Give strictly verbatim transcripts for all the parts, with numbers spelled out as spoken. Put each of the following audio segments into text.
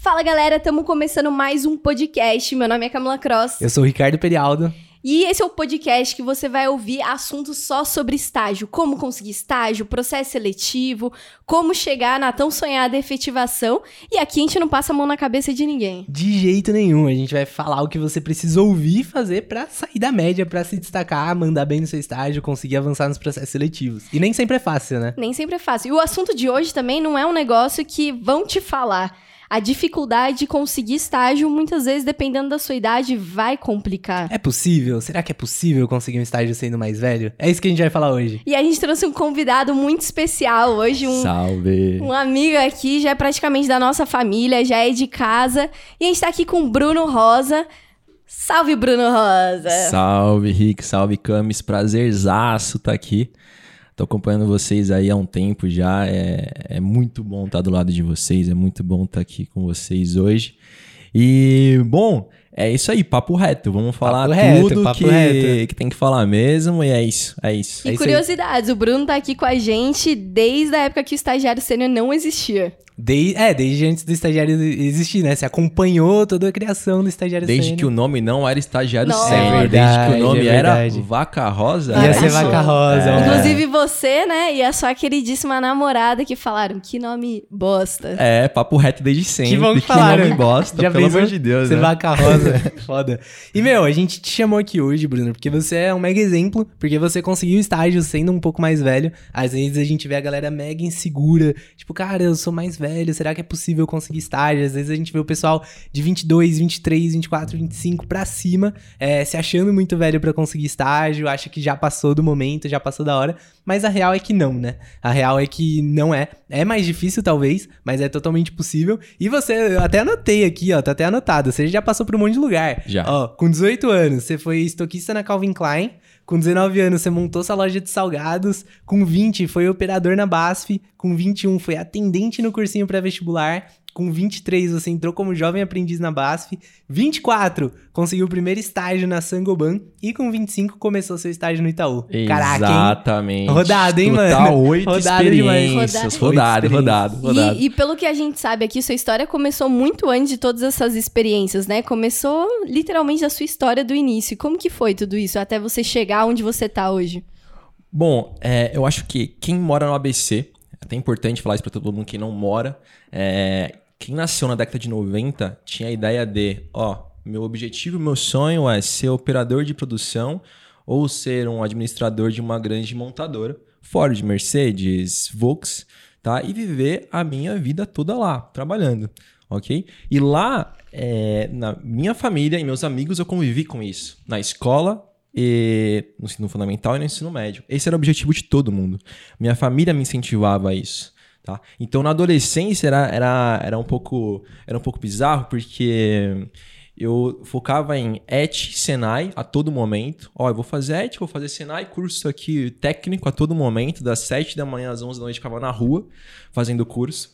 Fala galera, estamos começando mais um podcast. Meu nome é Camila Cross. Eu sou o Ricardo Perialdo. E esse é o podcast que você vai ouvir assuntos só sobre estágio. Como conseguir estágio, processo seletivo, como chegar na tão sonhada efetivação. E aqui a gente não passa a mão na cabeça de ninguém. De jeito nenhum. A gente vai falar o que você precisa ouvir e fazer pra sair da média, pra se destacar, mandar bem no seu estágio, conseguir avançar nos processos seletivos. E nem sempre é fácil, né? Nem sempre é fácil. E o assunto de hoje também não é um negócio que vão te falar. A dificuldade de conseguir estágio, muitas vezes, dependendo da sua idade, vai complicar. É possível? Será que é possível conseguir um estágio sendo mais velho? É isso que a gente vai falar hoje. E a gente trouxe um convidado muito especial hoje. Um, Salve! Um amigo aqui, já é praticamente da nossa família, já é de casa. E a gente tá aqui com o Bruno Rosa. Salve, Bruno Rosa! Salve, Rick. Salve, Camis. Prazerzaço tá aqui. Tô acompanhando vocês aí há um tempo já, é, é muito bom estar do lado de vocês, é muito bom estar aqui com vocês hoje. E, bom, é isso aí, papo reto, vamos falar papo reto, tudo papo que, reto. que tem que falar mesmo, e é isso, é isso. E é curiosidades, o Bruno tá aqui com a gente desde a época que o estagiário sênior não existia. Desde, é, desde antes do estagiário existir, né? Você acompanhou toda a criação do estagiário Desde sênior. que o nome não era estagiário Não. sênior, É verdade, desde que o nome é era verdade. Vaca Rosa. Ia Olha ser só. Vaca Rosa. É. ó. Inclusive você, né, e a sua queridíssima namorada que falaram, que nome bosta. É, papo reto desde sempre. Que bom que que falaram. nome bosta, Já pelo pensou? amor de Deus, Você né? Vaca Rosa, foda. E, meu, a gente te chamou aqui hoje, Bruno, porque você é um mega exemplo, porque você conseguiu estágio sendo um pouco mais velho. Às vezes a gente vê a galera mega insegura, tipo, cara, eu sou mais velho, será que é possível conseguir estágio? Às vezes a gente vê o pessoal de vinte e dois, vinte e três, vinte e quatro, vinte e cinco pra cima, é, se achando muito velho pra conseguir estágio, acha que já passou do momento, já passou da hora, mas a real é que não, né? A real é que não é. É mais difícil, talvez, mas é totalmente possível. E você, eu até anotei aqui, ó, tá até anotado, você já passou por um monte de lugar. Já. Ó, com dezoito anos, você foi estoquista na Calvin Klein. Com dezenove anos, você montou sua loja de salgados. Com vinte, foi operador na B A S F. Com vinte e um, foi atendente no cursinho pré-vestibular. Com vinte e três, você entrou como jovem aprendiz na B A S F. vinte e quatro, conseguiu o primeiro estágio na Sangoban. E com vinte e cinco, começou seu estágio no Itaú. Caraca, hein? Exatamente. Rodado, hein, Total mano? oito Rodado demais. experiências. Rodado. Rodado, rodado, rodado. E, e pelo que a gente sabe aqui, sua história começou muito antes de todas essas experiências, né? Começou literalmente da sua história do início. Como que foi tudo isso, até você chegar onde você tá hoje? Bom, é, eu acho que quem mora no A B C, é até importante falar isso pra todo mundo que não mora, é, quem nasceu na década de noventa tinha a ideia de, ó, meu objetivo, meu sonho é ser operador de produção ou ser um administrador de uma grande montadora, Ford, Mercedes, Volks, tá? E viver a minha vida toda lá, trabalhando, ok? E lá, é, na minha família e meus amigos, eu convivi com isso. Na escola, e no ensino fundamental e no ensino médio. Esse era o objetivo de todo mundo. Minha família me incentivava a isso. Tá? Então, na adolescência, era, era, era, um pouco, era um pouco bizarro, porque eu focava em E T, Senai a todo momento. Ó, eu vou fazer E T, vou fazer Senai, curso aqui técnico a todo momento, das sete da manhã às onze da noite, eu ficava na rua fazendo curso.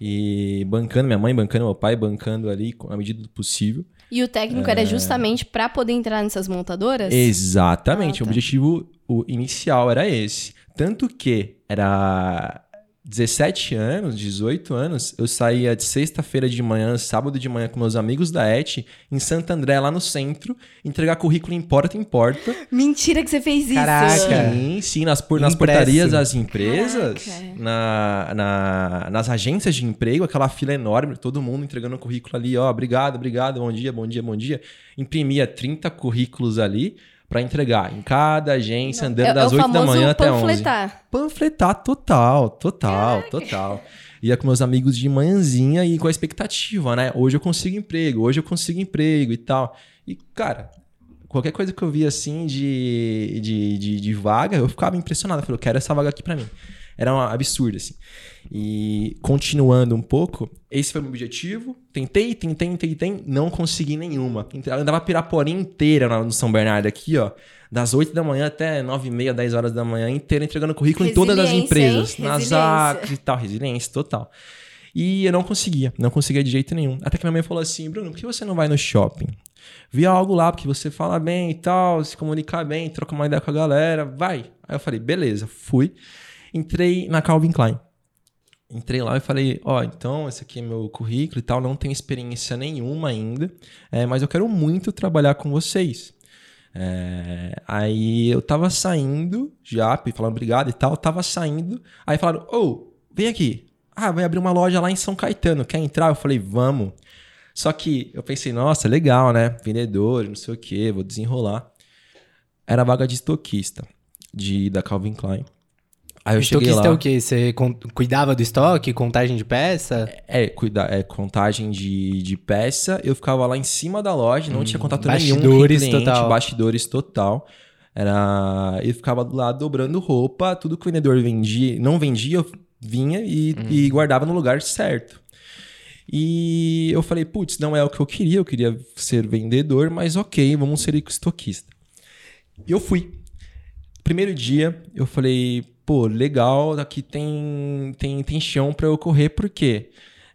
E bancando minha mãe, bancando meu pai, bancando ali na medida do possível. E o técnico é... era justamente pra poder entrar nessas montadoras? Exatamente, Ah, tá. o objetivo o inicial era esse. Tanto que era dezessete anos, dezoito anos, eu saía de sexta-feira de manhã, sábado de manhã com meus amigos da E T, em Santo André, lá no centro, entregar currículo em porta em porta. Mentira que você fez isso! Caraca. Sim, sim, nas, por, nas Impresso. portarias das empresas, Caraca. na, na, nas agências de emprego, aquela fila enorme, todo mundo entregando currículo ali, ó, obrigado, obrigado, bom dia, bom dia, bom dia. Imprimia trinta currículos ali para entregar em cada agência, andando É- é das o oito da famoso manhã até onze. panfletar. Panfletar total, total, total. Ia com meus amigos de manhãzinha e com a expectativa, né? Hoje eu consigo emprego, hoje eu consigo emprego e tal. E, cara, qualquer coisa que eu via assim de, de, de, de vaga, eu ficava impressionado. Eu falei, eu quero essa vaga aqui pra mim. Era um absurdo, assim. E continuando um pouco, esse foi o meu objetivo. Tentei, tentei, tentei, não consegui nenhuma. Eu andava a Piraporinha inteira no São Bernardo aqui, ó. Das oito da manhã até nove e meia, dez horas da manhã, inteira entregando currículo em todas as Resiliência, empresas. hein? Nas Resiliência. Acres e tal, resiliência total. E eu não conseguia, não conseguia de jeito nenhum. Até que minha mãe falou assim, Bruno, por que você não vai no shopping? Via algo lá, porque você fala bem e tal, se comunicar bem, troca uma ideia com a galera, vai. Aí eu falei, beleza, fui. Entrei na Calvin Klein. Entrei lá e falei, ó, oh, então esse aqui é meu currículo e tal, não tenho experiência nenhuma ainda, é, mas eu quero muito trabalhar com vocês. É, aí eu tava saindo já, falando obrigado e tal, tava saindo, aí falaram, ô, oh, vem aqui. Ah, vai abrir uma loja lá em São Caetano, quer entrar? Eu falei, vamos. Só que eu pensei, nossa, legal, né? Vendedor, não sei o quê, vou desenrolar. Era vaga de estoquista de, da Calvin Klein. Aí eu cheguei lá... Estoquista é o quê? Você con- cuidava do estoque, contagem de peça? É, cuida, é contagem de, de peça. Eu ficava lá em cima da loja, não hum, tinha contato nenhum com o cliente. Total. Bastidores total. Era, eu ficava do lado dobrando roupa, tudo que o vendedor vendia, não vendia, eu vinha e, hum. e guardava no lugar certo. E eu falei, putz, não é o que eu queria, eu queria ser vendedor, mas ok, vamos ser estoquista. E eu fui. Primeiro dia, eu falei, pô, legal, aqui tem, tem, tem chão para eu correr, porque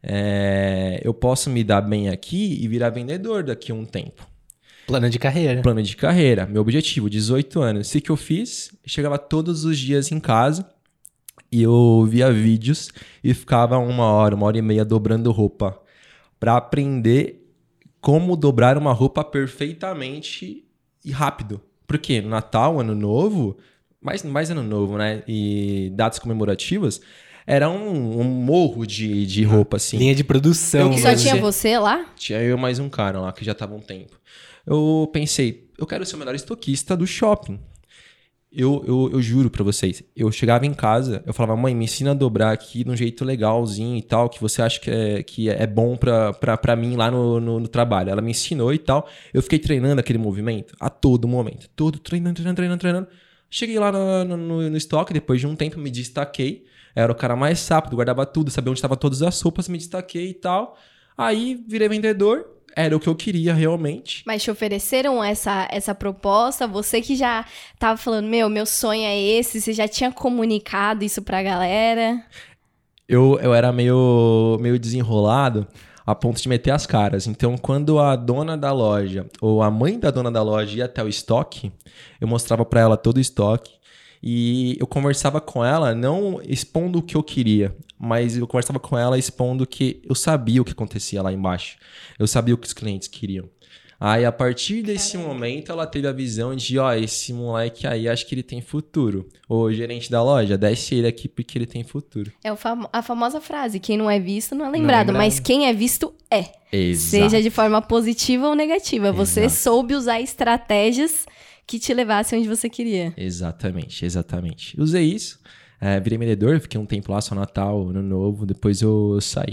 é, eu posso me dar bem aqui e virar vendedor daqui a um tempo. Plano de carreira. Plano de carreira, meu objetivo, dezoito anos. O que eu fiz? Eu chegava todos os dias em casa e eu via vídeos e ficava uma hora, uma hora e meia dobrando roupa para aprender como dobrar uma roupa perfeitamente e rápido. Porque no Natal, Ano Novo, mais, mais Ano Novo, né? E datas comemorativas, era um, um morro de, de roupa, assim. Linha de produção. E só tinha você lá? Tinha eu e mais um cara lá, que já tava há um tempo. Eu pensei, eu quero ser o melhor estoquista do shopping. Eu, eu, eu juro pra vocês, eu chegava em casa, eu falava, mãe, me ensina a dobrar aqui de um jeito legalzinho e tal, que você acha que é, que é bom pra, pra, pra mim lá no, no, no trabalho. Ela me ensinou e tal. Eu fiquei treinando aquele movimento a todo momento. Todo treinando, treinando, treinando, treinando. Cheguei lá no, no, no, no estoque, depois de um tempo me destaquei. Era o cara mais rápido, guardava tudo, sabia onde estavam todas as roupas, me destaquei e tal. Aí virei vendedor. Era o que eu queria realmente. Mas te ofereceram essa, essa proposta? Você que já tava falando, meu, meu sonho é esse, você já tinha comunicado isso pra galera? Eu, eu era meio, meio desenrolado a ponto de meter as caras. Então, quando a dona da loja ou a mãe da dona da loja ia até o estoque, eu mostrava pra ela todo o estoque. E eu conversava com ela, não expondo o que eu queria, mas eu conversava com ela expondo que eu sabia o que acontecia lá embaixo. Eu sabia o que os clientes queriam. Aí, a partir desse Caramba. momento, ela teve a visão de, ó, esse moleque aí, acho que ele tem futuro. O gerente da loja, desce ele aqui porque ele tem futuro. É o fam- a famosa frase, quem não é visto não é lembrado, não é mas quem é visto é. Exato. Seja de forma positiva ou negativa. Você Exato. soube usar estratégias que te levasse onde você queria. Exatamente, exatamente. Usei isso, é, virei vendedor, fiquei um tempo lá, só Natal, Ano Novo, depois eu saí.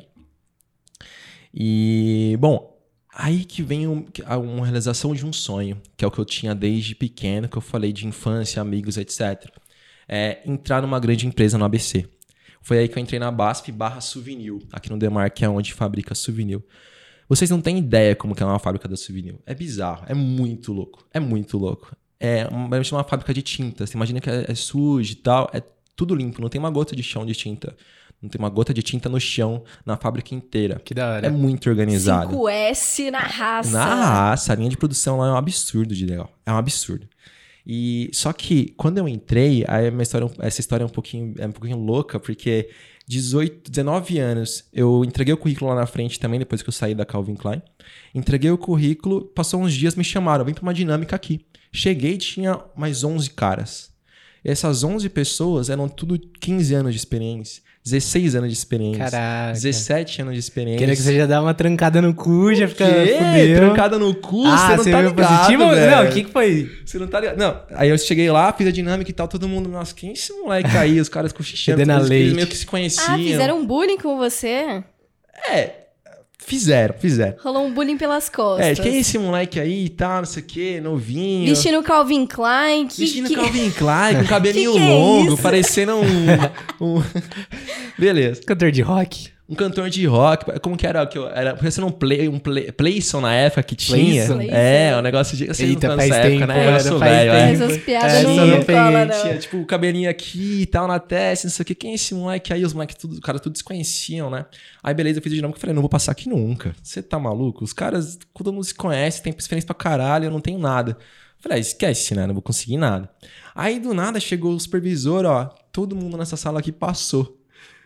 E, bom, aí que vem um, uma realização de um sonho, que é o que eu tinha desde pequeno, que eu falei de infância, amigos, etcétera. É entrar numa grande empresa no A B C. Foi aí que eu entrei na B A S F barra Souvenir, aqui no Demar, que é onde fabrica Souvenir. Vocês não têm ideia como que é uma fábrica da Souvenir. É bizarro, é muito louco, é muito louco. É uma, uma fábrica de tinta. Você imagina que é, é sujo e tal. É tudo limpo. Não tem uma gota de chão de tinta. Não tem uma gota de tinta no chão na fábrica inteira. Que da hora. É muito organizado. cinco S na raça. Na raça. A linha de produção lá é um absurdo de legal. É um absurdo. E só que quando eu entrei, aí a minha história, essa história é um pouquinho, é um pouquinho louca, porque dezoito, dezenove anos, eu entreguei o currículo lá na frente também, depois que eu saí da Calvin Klein. Entreguei o currículo, passou uns dias, me chamaram, vem pra uma dinâmica aqui. Cheguei e tinha mais onze caras. E essas onze pessoas eram tudo quinze anos de experiência, dezesseis anos de experiência, Caraca. dezessete anos de experiência. Queria que você já dava uma trancada no cu, já fica fudeu. Trancada no cu, ah, você não você tá viu ligado, positivo? velho. Não, o que que foi? Você não tá ligado. Não, aí eu cheguei lá, fiz a dinâmica e tal, todo mundo, nossa, quem é esse moleque aí? Os caras cochichando, eles meio que se conheciam. Ah, fizeram um bullying com você? É... Fizeram, fizeram. Rolou um bullying pelas costas. É, quem é esse moleque aí e tal, não sei o que, novinho. Vestindo Calvin Klein. Que, Vestindo que... Calvin Klein, com cabelinho que que longo, é parecendo um, um... Beleza. Cantor de rock. Um cantor de rock. Como que era? Que eu, era parecendo um, play, um play, Playson na época que tinha. Playson? É, um negócio de... Vocês Eita, não faz nessa tempo, época, né? Eu sou faz velho, é. tempo. Essas piadas É, não, não não peguei. cola, não. Tinha, tipo, o cabelinho aqui e tal na testa, não sei o que. Quem é esse moleque aí? Os moleques, tudo, os caras tudo desconheciam, né? Aí, beleza, eu fiz a dinâmica e falei, não vou passar aqui nunca. Você tá maluco? Os caras, todo mundo se conhece, tem experiência pra caralho, eu não tenho nada. Falei, ah, esquece, né? Não vou conseguir nada. Aí, do nada, chegou o supervisor, ó. Todo mundo nessa sala aqui passou.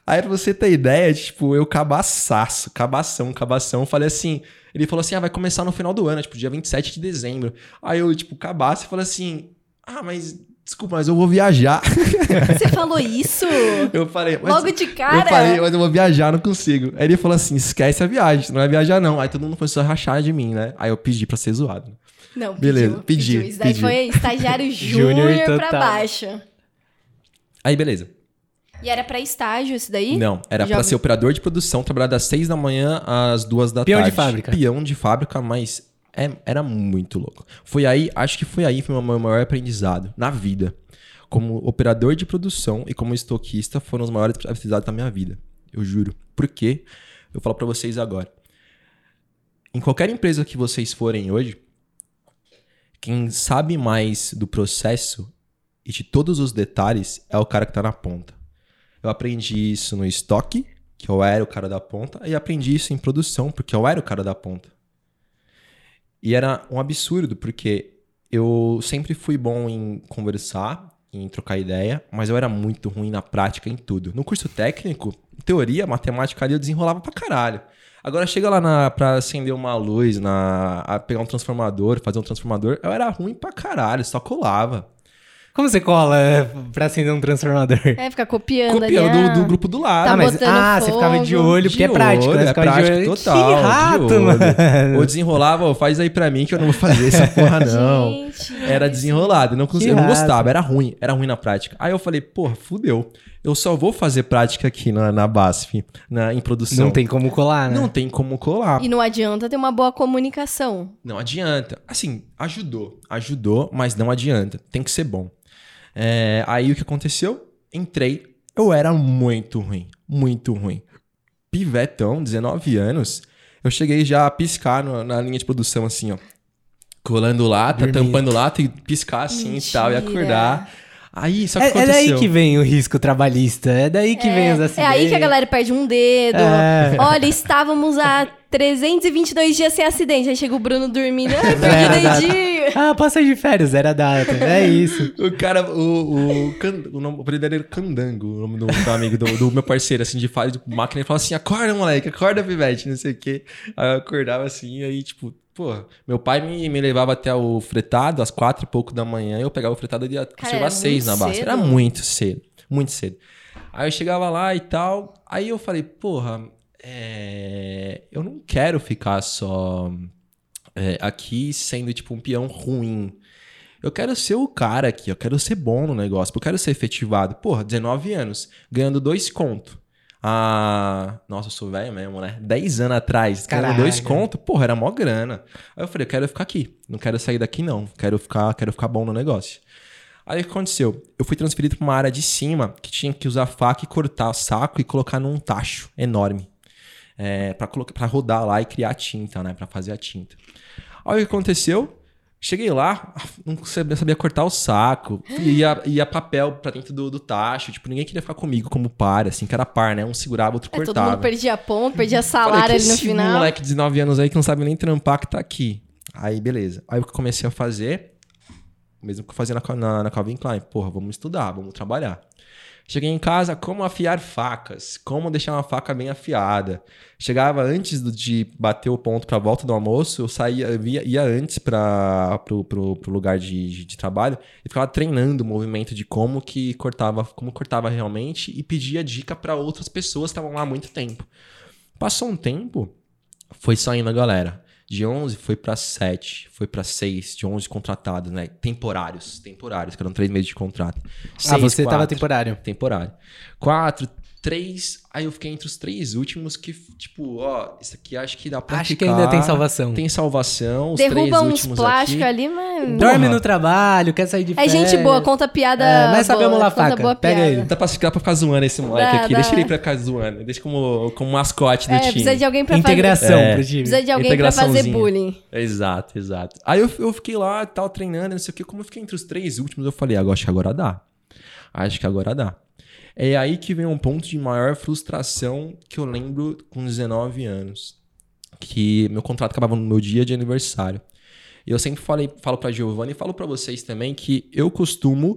Aí pra você ter ideia, tipo, eu cabaçaço, cabação, cabação, falei assim... Ele falou assim, ah, vai começar no final do ano, tipo, dia vinte e sete de dezembro. Aí eu, tipo, cabaço e falei assim, ah, mas... Desculpa, mas eu vou viajar. Você falou isso? Eu falei... Mas, logo de cara? Eu falei, mas eu vou viajar, não consigo. Aí ele falou assim, esquece a viagem, você não vai viajar não. Aí todo mundo começou a rachar de mim, né? Aí eu pedi pra ser zoado. Não, beleza, pediu, pedi, pediu. Isso daí pedi. foi estagiário Júnior júnior pra total. baixo. Aí beleza. E era pra estágio isso daí? Não, era Já- pra ser operador de produção, trabalhar das seis da manhã às duas da Peão de tarde. fábrica. Peão de fábrica, mas é- era muito louco. Foi aí, acho que foi aí que foi o meu maior aprendizado na vida. Como operador de produção e como estoquista foram os maiores aprendizados da minha vida. Eu juro. Por quê? Eu falo pra vocês agora. Em qualquer empresa que vocês forem hoje, quem sabe mais do processo e de todos os detalhes é o cara que tá na ponta. Eu aprendi isso no estoque, que eu era o cara da ponta, e aprendi isso em produção, porque eu era o cara da ponta. E era um absurdo, porque eu sempre fui bom em conversar, em trocar ideia, mas eu era muito ruim na prática em tudo. No curso técnico, em teoria, matemática ali eu desenrolava pra caralho. Agora chega lá na, pra acender uma luz, na, a pegar um transformador, fazer um transformador, eu era ruim pra caralho, só colava. Como você cola é, pra acender um transformador? É, ficar copiando, Copiando ali. do, ah. do grupo do lado. Tá ah, mas botando ah, você ficava de fogo. olho, porque é De prático, olho, né? Você é ficava de prática olho. total. Que rato, de olho. mano. Ou desenrolava, ó, faz aí pra mim que eu não vou fazer essa porra, não. Gente. Era desenrolado, eu não, cons- Que eu não rato. gostava, era ruim, era ruim na prática. Aí eu falei, porra, fudeu. Eu só vou fazer prática aqui na, na B A S F, na, em produção. Não tem como colar, né? Não tem como colar. E não adianta ter uma boa comunicação. Não adianta. Assim, ajudou. Ajudou, mas não adianta. Tem que ser bom. É, aí o que aconteceu? Entrei. Eu era muito ruim. Muito ruim. Pivetão, dezenove anos. Eu cheguei já a piscar no- na linha de produção, assim, ó. Colando lata, Dormindo. tampando lata e piscar assim e tal, e Mentira. acordar. Aí, só que É, é aconteceu. daí que vem o risco trabalhista. É daí que vem os É acidentes. aí que a galera perde um dedo. É. Olha, estávamos há trezentos e vinte e dois dias sem acidente. Aí chega o Bruno dormindo. Ai, Zero perdi o data. dedinho. Ah, passa de férias, era a data. É isso. O cara, o, o, Can- o nome o apelido dele era Candango, o nome do, do amigo, do, do meu parceiro, assim, de fase de máquina, ele falava assim, acorda, moleque, acorda, pivete, não sei o quê. Aí eu acordava assim, e aí, tipo, pô, meu pai me, me levava até o fretado, às quatro e pouco da manhã, eu pegava o fretado e ia Cara, chegar era às seis na muito base. cedo. Era muito cedo, muito cedo. Aí eu chegava lá e tal, aí eu falei, porra, é, eu não quero ficar só é, aqui sendo, tipo, um peão ruim. Eu quero ser o cara aqui, eu quero ser bom no negócio, eu quero ser efetivado. Porra, dezenove anos, ganhando dois conto. Ah, nossa, eu sou velho mesmo, né? dez anos atrás, ganhando Caraca. dois conto, porra, era mó grana. Aí eu falei, eu quero ficar aqui, não quero sair daqui não, quero ficar, quero ficar bom no negócio. Aí o que aconteceu? Eu fui transferido para uma área de cima que tinha que usar faca e cortar o saco e colocar num tacho enorme. É, pra, colocar, pra rodar lá e criar tinta, né? Pra fazer a tinta. Aí o que aconteceu? Cheguei lá, não sabia, sabia cortar o saco, ia, ia papel pra dentro do, do tacho, tipo, ninguém queria ficar comigo como par, assim, que era par, né? Um segurava, outro É, todo cortava. mundo perdia ponto, perdia Falei, salário que ali no esse final. moleque de dezenove anos aí que não sabe nem trampar que tá aqui. Aí, beleza. Aí o que eu comecei a fazer, mesmo que eu fazia na, na, na Calvin Klein, porra, vamos estudar, vamos trabalhar. Cheguei em casa, como afiar facas, como deixar uma faca bem afiada. Chegava antes do- de bater o ponto para a volta do almoço, eu saía, eu ia, ia antes para pro, pro, pro lugar de, de, de trabalho e ficava treinando o movimento de como que cortava, como cortava realmente e pedia dica para outras pessoas que estavam lá há muito tempo. Passou um tempo, foi saindo a galera. De onze foi para sete, foi para seis, de onze contratados, né? Temporários, temporários, que eram três meses de contrato. Ah, Seis, você tava quatro. temporário. Temporário. Quatro, três, aí eu fiquei entre os três últimos que, tipo, ó, isso aqui acho que dá pra Acho que ficar. ainda tem salvação. Tem salvação, os Derruba três uns últimos plásticos aqui. ali, mas... Dorme Porra. no trabalho, quer sair de É férias. gente boa, conta piada É, mas boa, sabemos lá a conta faca. boa Pega piada. ele. Dá pra, dá pra ficar zoando esse moleque Dá, aqui. dá. Deixa ele pra ficar zoando. Deixa como, como mascote do É, time. precisa de alguém pra fazer... Integração É. pro time. Precisa de alguém pra fazer Integraçãozinha. bullying. Exato, exato. Aí eu, eu fiquei lá, tal, treinando, não sei o que. Como eu fiquei entre os três últimos, eu falei, agora acho que agora dá. Acho que agora dá. É aí que vem um ponto de maior frustração que eu lembro com dezenove anos. Que meu contrato acabava no meu dia de aniversário. E eu sempre falei, falo pra Giovanni e falo pra vocês também que eu costumo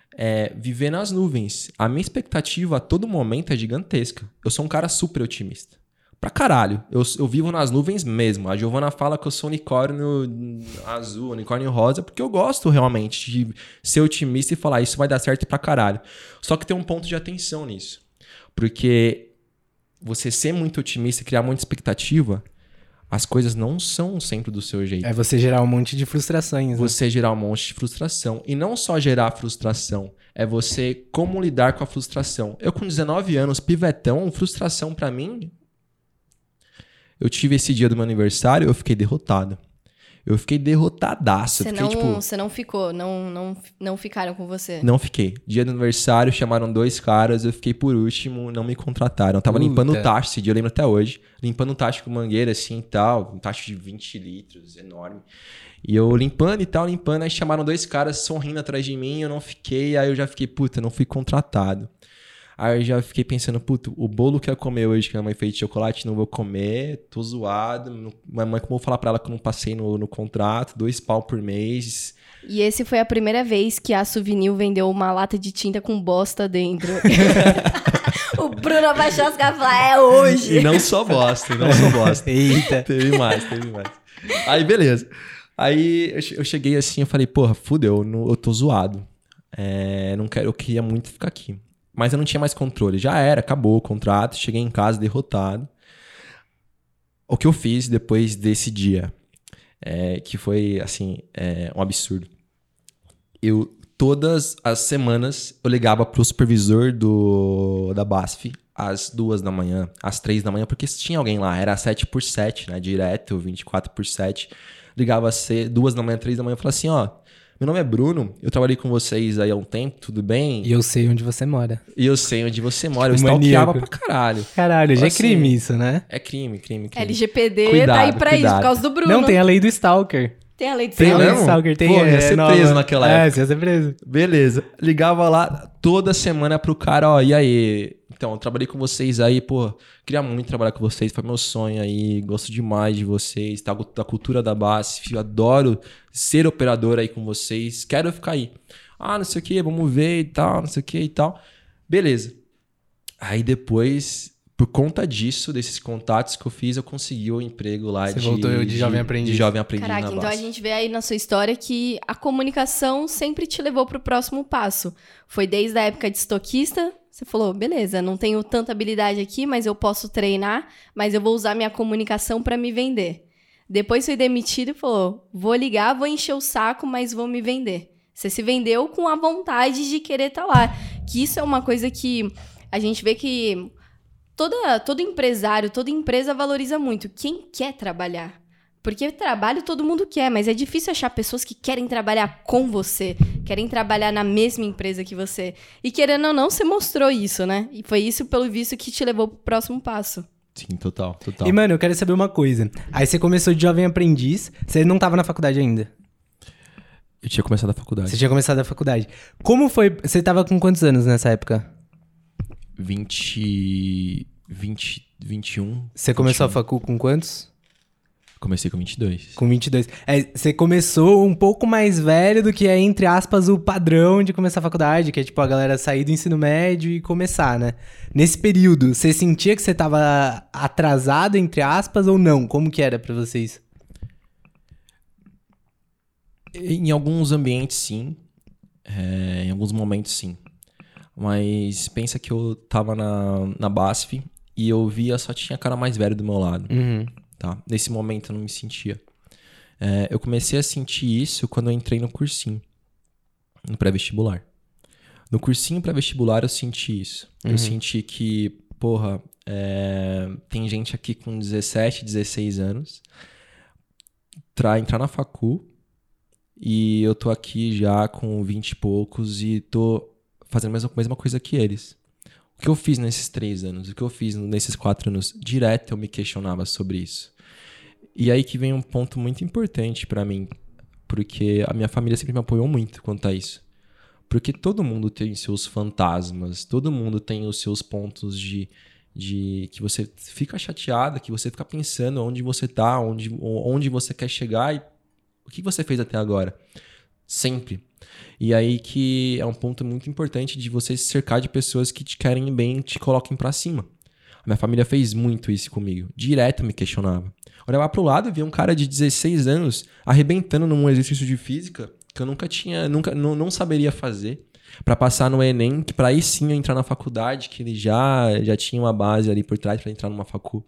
é viver nas nuvens. A minha expectativa a todo momento é gigantesca. Eu sou um cara super otimista. Pra caralho. Eu, eu vivo nas nuvens mesmo. A Giovana fala que eu sou unicórnio azul, unicórnio rosa, porque eu gosto realmente de ser otimista e falar isso vai dar certo pra caralho. Só que tem um ponto de atenção nisso. Porque você ser muito otimista e criar muita expectativa, as coisas não são sempre do seu jeito. É você gerar um monte de frustrações. Né? Você gerar um monte de frustração. E não só gerar frustração, é você como lidar com a frustração. Eu com dezenove anos, pivetão, frustração pra mim... Eu tive esse dia do meu aniversário, eu fiquei derrotado. Eu fiquei derrotadaço. Você, fiquei, não, tipo, você não ficou, não, não, não ficaram com você? Não fiquei. Dia do aniversário, chamaram dois caras, eu fiquei por último, não me contrataram. Eu tava Puta. limpando o tacho esse dia, eu lembro até hoje. Limpando o tacho com mangueira assim e tal, um tacho de vinte litros, enorme. E eu limpando e tal, limpando, aí chamaram dois caras sorrindo atrás de mim, eu não fiquei, aí eu já fiquei, puta, não fui contratado. Aí eu já fiquei pensando, puto, o bolo que eu ia comer hoje, que a minha mãe fez de chocolate, não vou comer, tô zoado. Minha mãe, como eu vou falar pra ela que eu não passei no, no contrato, dois pau por mês. E esse foi a primeira vez que a Souvenir vendeu uma lata de tinta com bosta dentro. O Bruno abaixou as garrafas e falou, é hoje. E não só bosta, e não só bosta. Eita. Teve mais, teve mais. Aí, beleza. Aí eu cheguei assim, eu falei, porra, fudeu, eu tô zoado. É, não quero, eu queria muito ficar aqui. Mas eu não tinha mais controle. Já era, acabou o contrato. Cheguei em casa derrotado. O que eu fiz depois desse dia, é, que foi, assim, é, um absurdo. Eu, todas as semanas, eu ligava pro supervisor do, da BASF às duas da manhã, às três da manhã, porque tinha alguém lá. Era sete por sete, né? Direto, vinte e quatro por sete. Ligava às duas da manhã, três da manhã. Eu falava assim, ó... Meu nome é Bruno, eu trabalhei com vocês aí há um tempo, tudo bem? E eu sei onde você mora. E eu sei onde você mora, eu Maníaco. stalkeava pra caralho. Caralho, já é Assim, crime isso, né? É crime, crime, crime. L G P D Cuidado, tá aí pra cuidado. isso, por causa do Bruno. Não, tem a lei do Stalker. Tem a lei de Tem a Tem lei mesmo? do Stalker. Tem, Pô, ia é, ser nova. preso naquela É, época. você ia ser preso. Beleza. Ligava lá toda semana pro cara, ó, e aí? Então, eu trabalhei com vocês aí, pô, queria muito trabalhar com vocês, foi meu sonho aí, gosto demais de vocês, tá? Da cultura da BASF, eu adoro ser operador aí com vocês, quero ficar aí. Ah, não sei o que, vamos ver e tal, não sei o que e tal. Beleza. Aí depois, por conta disso, desses contatos que eu fiz, eu consegui o emprego lá Você de... voltou de jovem aprendiz. De jovem aprendiz Caraca, na então a BASF. gente vê aí na sua história que a comunicação sempre te levou pro próximo passo. Foi desde a época de estoquista, você falou, beleza, não tenho tanta habilidade aqui, mas eu posso treinar, mas eu vou usar minha comunicação para me vender. Depois foi demitido e falou, vou ligar, vou encher o saco, mas vou me vender. Você se vendeu com a vontade de querer estar lá. Que isso é uma coisa que a gente vê que toda, todo empresário, toda empresa valoriza muito. Quem quer trabalhar? Porque trabalho todo mundo quer, mas é difícil achar pessoas que querem trabalhar com você, querem trabalhar na mesma empresa que você. E querendo ou não, você mostrou isso, né? E foi isso, pelo visto, que te levou pro próximo passo. Sim, total, total. E, mano, eu quero saber uma coisa. Aí você começou de jovem aprendiz, você não tava na faculdade ainda. Eu tinha começado a faculdade. Você tinha começado a faculdade. Como foi... Você tava com quantos anos nessa época? vinte... vinte... vinte e um. Você começou a vinte e um. facu com quantos? Comecei com vinte e dois. Com vinte e dois. É, você começou um pouco mais velho do que é, entre aspas, o padrão de começar a faculdade, que é tipo a galera sair do ensino médio e começar, né? Nesse período, você sentia que você tava atrasado, entre aspas, ou não? Como que era pra vocês? Em alguns ambientes, sim. É, em alguns momentos, sim. Mas pensa que eu tava na, na BASF e eu via só tinha cara mais velho do meu lado. Uhum. Tá? Nesse momento eu não me sentia. É, eu comecei a sentir isso quando eu entrei no cursinho. No pré-vestibular. No cursinho pré-vestibular eu senti isso. Uhum. Eu senti que, porra, é, tem gente aqui com dezessete, dezesseis anos pra entrar na facu e eu tô aqui já com vinte e poucos e tô fazendo a mesma, mesma coisa que eles. O que eu fiz nesses três anos? O que eu fiz nesses quatro anos? Direto eu me questionava sobre isso. E aí que vem um ponto muito importante pra mim, porque a minha família sempre me apoiou muito quanto a isso. Porque todo mundo tem seus fantasmas, todo mundo tem os seus pontos de, de que você fica chateada, que você fica pensando onde você tá, onde, onde você quer chegar e o que você fez até agora. Sempre. E aí que é um ponto muito importante de você se cercar de pessoas que te querem bem e te coloquem pra cima. A minha família fez muito isso comigo. Direto me questionava. Olhava pro lado e via um cara de dezesseis anos arrebentando num exercício de física que eu nunca tinha, nunca, não, não saberia fazer. Pra passar no Enem, que pra aí sim eu entrar na faculdade, que ele já, já tinha uma base ali por trás pra entrar numa facu.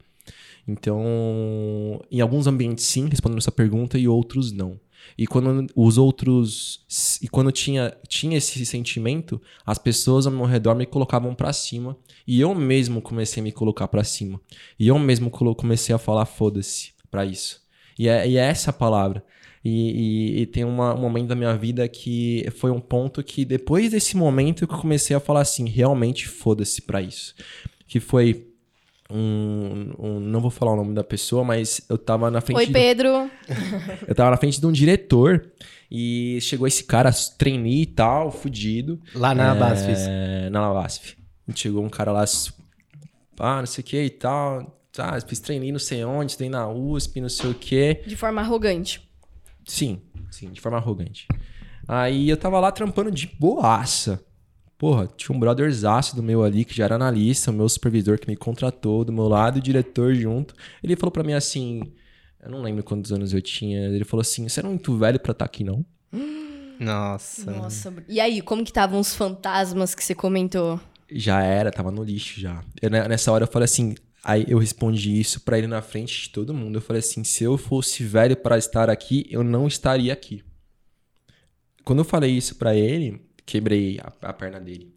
Então, em alguns ambientes sim, respondendo essa pergunta, e outros não. E quando os outros... E quando tinha, tinha esse sentimento, as pessoas ao meu redor me colocavam pra cima. E eu mesmo comecei a me colocar pra cima. E eu mesmo comecei a falar foda-se pra isso. E é, e é essa a palavra. E, e, e tem uma, um momento da minha vida que foi um ponto que depois desse momento que eu comecei a falar assim, realmente foda-se pra isso. Que foi... Um, um, não vou falar o nome da pessoa, mas eu tava na frente... Oi, Pedro! Do, eu tava na frente de um diretor e chegou esse cara, trainee e tal, fudido. Lá na é, BASF. Na BASF. Chegou um cara lá, ah, não sei o que e tal, ah, fiz trainee não sei onde, estudei na U S P, não sei o que. De forma arrogante. Sim, sim, de forma arrogante. Aí eu tava lá trampando de boaça. Porra, tinha um brotherzaço do meu ali, que já era analista, o meu supervisor que me contratou do meu lado, e o diretor junto. Ele falou pra mim assim, eu não lembro quantos anos eu tinha, ele falou assim, você não é muito velho pra estar aqui, não? Nossa. Nossa. E aí, como que estavam os fantasmas que você comentou? Já era, tava no lixo já. Eu, nessa hora eu falei assim, aí eu respondi isso pra ele na frente de todo mundo. Eu falei assim, se eu fosse velho pra estar aqui, eu não estaria aqui. Quando eu falei isso pra ele... Quebrei a, a perna dele.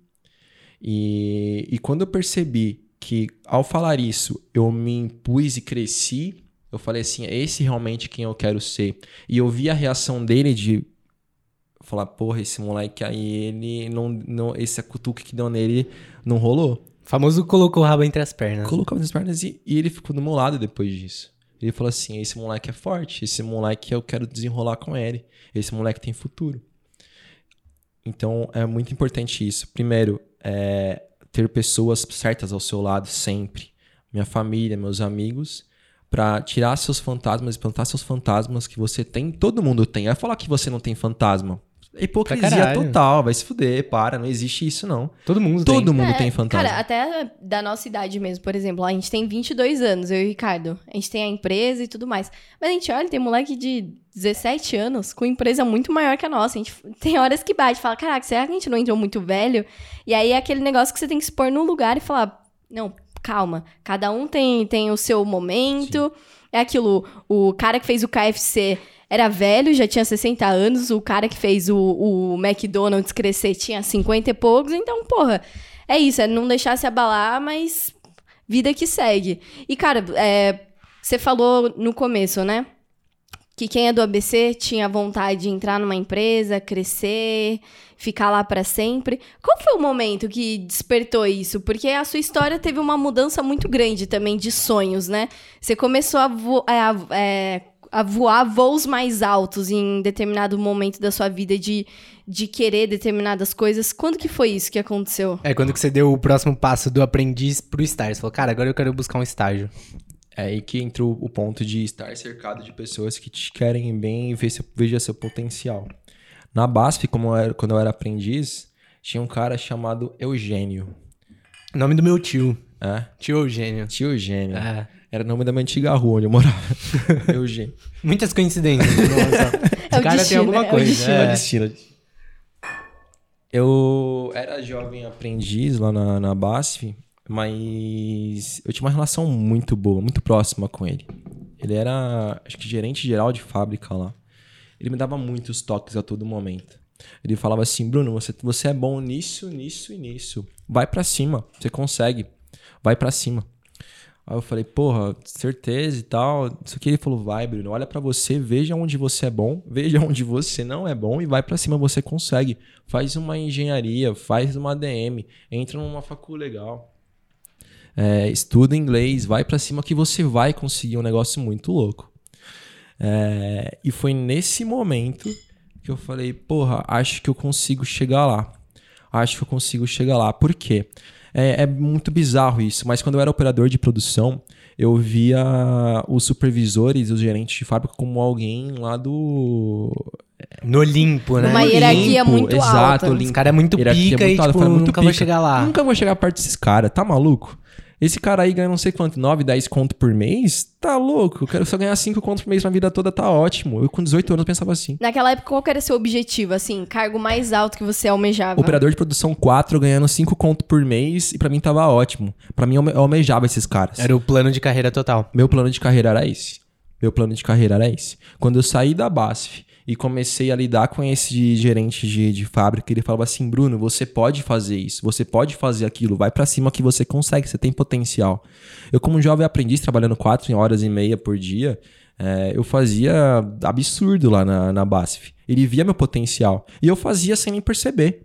E, e quando eu percebi que, ao falar isso, eu me impus e cresci, eu falei assim, é esse realmente quem eu quero ser. E eu vi a reação dele de falar, porra, esse moleque aí, ele não, não, esse cutuque que deu nele não rolou. O famoso colocou o rabo entre as pernas. Colocou entre as pernas e, e ele ficou do meu lado depois disso. Ele falou assim, esse moleque é forte, esse moleque eu quero desenrolar com ele, esse moleque tem futuro. Então, é muito importante isso. Primeiro, é ter pessoas certas ao seu lado sempre. Minha família, meus amigos, pra tirar seus fantasmas, espantar seus fantasmas que você tem. Todo mundo tem. Vai falar que você não tem fantasma. É hipocrisia total. Vai se fuder. Para. Não existe isso, não. Todo mundo Todo tem. mundo É, tem fantasma. Cara, até da nossa idade mesmo, por exemplo. A gente tem vinte e dois anos, eu e o Ricardo. A gente tem a empresa e tudo mais. Mas a gente olha, tem moleque de dezessete anos com empresa muito maior que a nossa. A gente tem horas que bate. Fala, caraca, será que a gente não entrou muito velho? E aí é aquele negócio que você tem que se pôr num lugar e falar, não, calma. Cada um tem, tem o seu momento. Sim. É aquilo, o cara que fez o K F C... Era velho, já tinha sessenta anos. O cara que fez o, o McDonald's crescer tinha cinquenta e poucos. Então, porra, é isso. É não deixar se abalar, mas vida que segue. E, cara, é, você falou no começo, né? Que quem é do A B C tinha vontade de entrar numa empresa, crescer, ficar lá pra sempre. Qual foi o momento que despertou isso? Porque a sua história teve uma mudança muito grande também de sonhos, né? Você começou a... Vo- a, é, a voar voos mais altos em determinado momento da sua vida, de, de querer determinadas coisas. Quando que foi isso que aconteceu? É, quando que você deu o próximo passo do aprendiz pro estágio. Você falou, cara, agora eu quero buscar um estágio. É aí que entra o ponto de estar cercado de pessoas que te querem bem e veja seu potencial. Na BASF, como eu era, quando eu era aprendiz, tinha um cara chamado Eugênio. Nome do meu tio. É? Tio Eugênio. Tio Eugênio. É. Era o nome da minha antiga rua onde eu morava. Eugênio. Muitas coincidências. É o cara destino, tem alguma é coisa. o destino. É. É destino. Eu era jovem aprendiz lá na, na BASF, mas eu tinha uma relação muito boa, muito próxima com ele. Ele era, acho que, gerente geral de fábrica lá. Ele me dava muitos toques a todo momento. Ele falava assim, Bruno, você, você é bom nisso, nisso e nisso. Vai pra cima, você consegue. Vai pra cima. Aí eu falei, porra, certeza e tal. Isso aqui ele falou, vai, Bruno, olha pra você, veja onde você é bom, veja onde você não é bom e vai pra cima, você consegue. Faz uma engenharia, faz uma A D M, entra numa facul legal. É, estuda inglês, vai pra cima que você vai conseguir um negócio muito louco. É, e foi nesse momento que eu falei, porra, acho que eu consigo chegar lá. Acho que eu consigo chegar lá. Por quê? É, é muito bizarro isso, mas quando eu era operador de produção, eu via os supervisores, os gerentes de fábrica como alguém lá do... No Olimpo, né? Uma hierarquia muito exato, alta. Olimpo. Os caras é muito Hierarquia pica muito e, alta, tipo, fala, muito nunca vou pica. chegar lá. Nunca vou chegar perto desses caras, tá maluco? Esse cara aí ganha não sei quanto, nove, dez conto por mês? Tá louco? Eu quero só ganhar cinco conto por mês na vida toda, tá ótimo. Eu com dezoito anos pensava assim. Naquela época, qual que era seu objetivo, assim? Cargo mais alto que você almejava? Operador de produção quatro ganhando cinco conto por mês e pra mim tava ótimo. Pra mim eu eu almejava esses caras. Era o plano de carreira total. Meu plano de carreira era esse. Meu plano de carreira era esse. Quando eu saí da BASF e comecei a lidar com esse gerente de, de fábrica, ele falava assim, Bruno, você pode fazer isso, você pode fazer aquilo, vai pra cima que você consegue, você tem potencial. Eu, como jovem aprendiz, trabalhando quatro horas e meia por dia, é, eu fazia absurdo lá na, na BASF. Ele via meu potencial. E eu fazia sem nem perceber.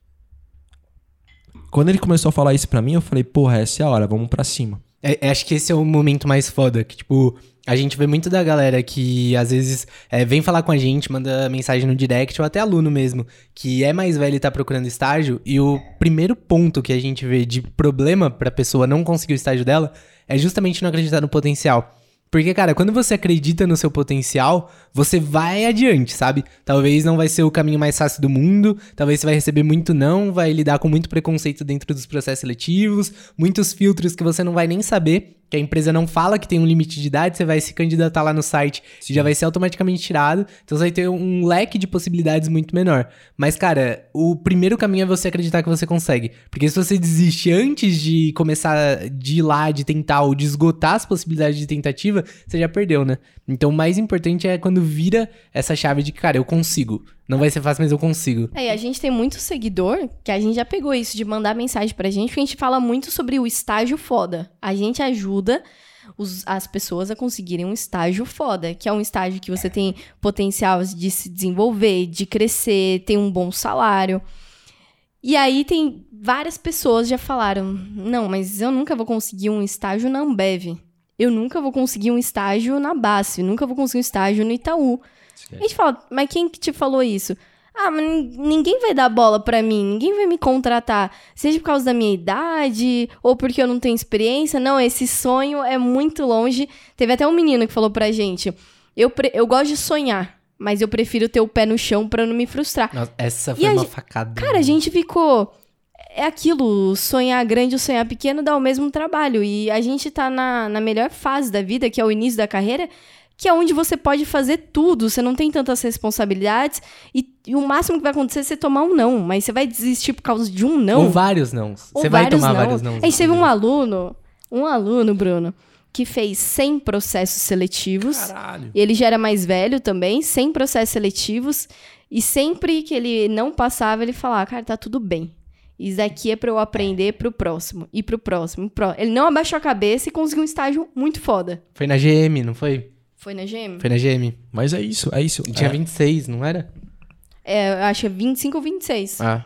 Quando ele começou a falar isso pra mim, eu falei, porra, essa é a hora, vamos pra cima. É, é, acho que esse é o momento mais foda, que, tipo, a gente vê muito da galera que, às vezes, é, vem falar com a gente, manda mensagem no direct, ou até aluno mesmo, que é mais velho e tá procurando estágio, e o primeiro ponto que a gente vê de problema pra pessoa não conseguir o estágio dela é justamente não acreditar no potencial. Porque, cara, quando você acredita no seu potencial, você vai adiante, sabe? Talvez não vai ser o caminho mais fácil do mundo, talvez você vai receber muito não, vai lidar com muito preconceito dentro dos processos seletivos, muitos filtros que você não vai nem saber, que a empresa não fala que tem um limite de idade, você vai se candidatar lá no site e já vai ser automaticamente tirado, então você vai ter um leque de possibilidades muito menor. Mas, cara, o primeiro caminho é você acreditar que você consegue, porque se você desiste antes de começar de ir lá, de tentar ou de esgotar as possibilidades de tentativa, você já perdeu, né? Então o mais importante é quando vira essa chave de que, cara, eu consigo. Não vai ser fácil, mas eu consigo. É, e a gente tem muito seguidor que a gente já pegou isso de mandar mensagem pra gente, porque a gente fala muito sobre o estágio foda. A gente ajuda os, as pessoas a conseguirem um estágio foda, que é um estágio que você tem potencial de se desenvolver, de crescer, tem um bom salário. E aí tem várias pessoas já falaram, não, mas eu nunca vou conseguir um estágio na Ambev. Eu nunca vou conseguir um estágio na BASF, nunca vou conseguir um estágio no Itaú. Sim. A gente fala, mas quem que te falou isso? Ah, mas ninguém vai dar bola pra mim, ninguém vai me contratar, seja por causa da minha idade ou porque eu não tenho experiência. Não, esse sonho é muito longe. Teve até um menino que falou pra gente, eu, pre- eu gosto de sonhar, mas eu prefiro ter o pé no chão pra não me frustrar. Nossa, essa foi e uma a facada. Cara, a gente ficou... É aquilo, sonhar grande ou sonhar pequeno dá o mesmo trabalho. E a gente tá na, na melhor fase da vida, que é o início da carreira, que é onde você pode fazer tudo. Você não tem tantas responsabilidades. E, e o máximo que vai acontecer é você tomar um não. Mas você vai desistir por causa de um não. Ou vários não. Ou você vai vários tomar não. vários não. A gente teve um aluno, um aluno, Bruno, que fez cem processos seletivos. Caralho. Ele já era mais velho também, cem processos seletivos. E sempre que ele não passava, ele falava, cara, tá tudo bem. Isso daqui é pra eu aprender pro próximo. E pro próximo. Pro... Ele não abaixou a cabeça e conseguiu um estágio muito foda. Foi na G M, não foi? Foi na G M? Foi na G M. Mas é isso, é isso. E tinha é, vinte e seis, não era? É, eu acho que é vinte e cinco ou vinte e seis. Ah.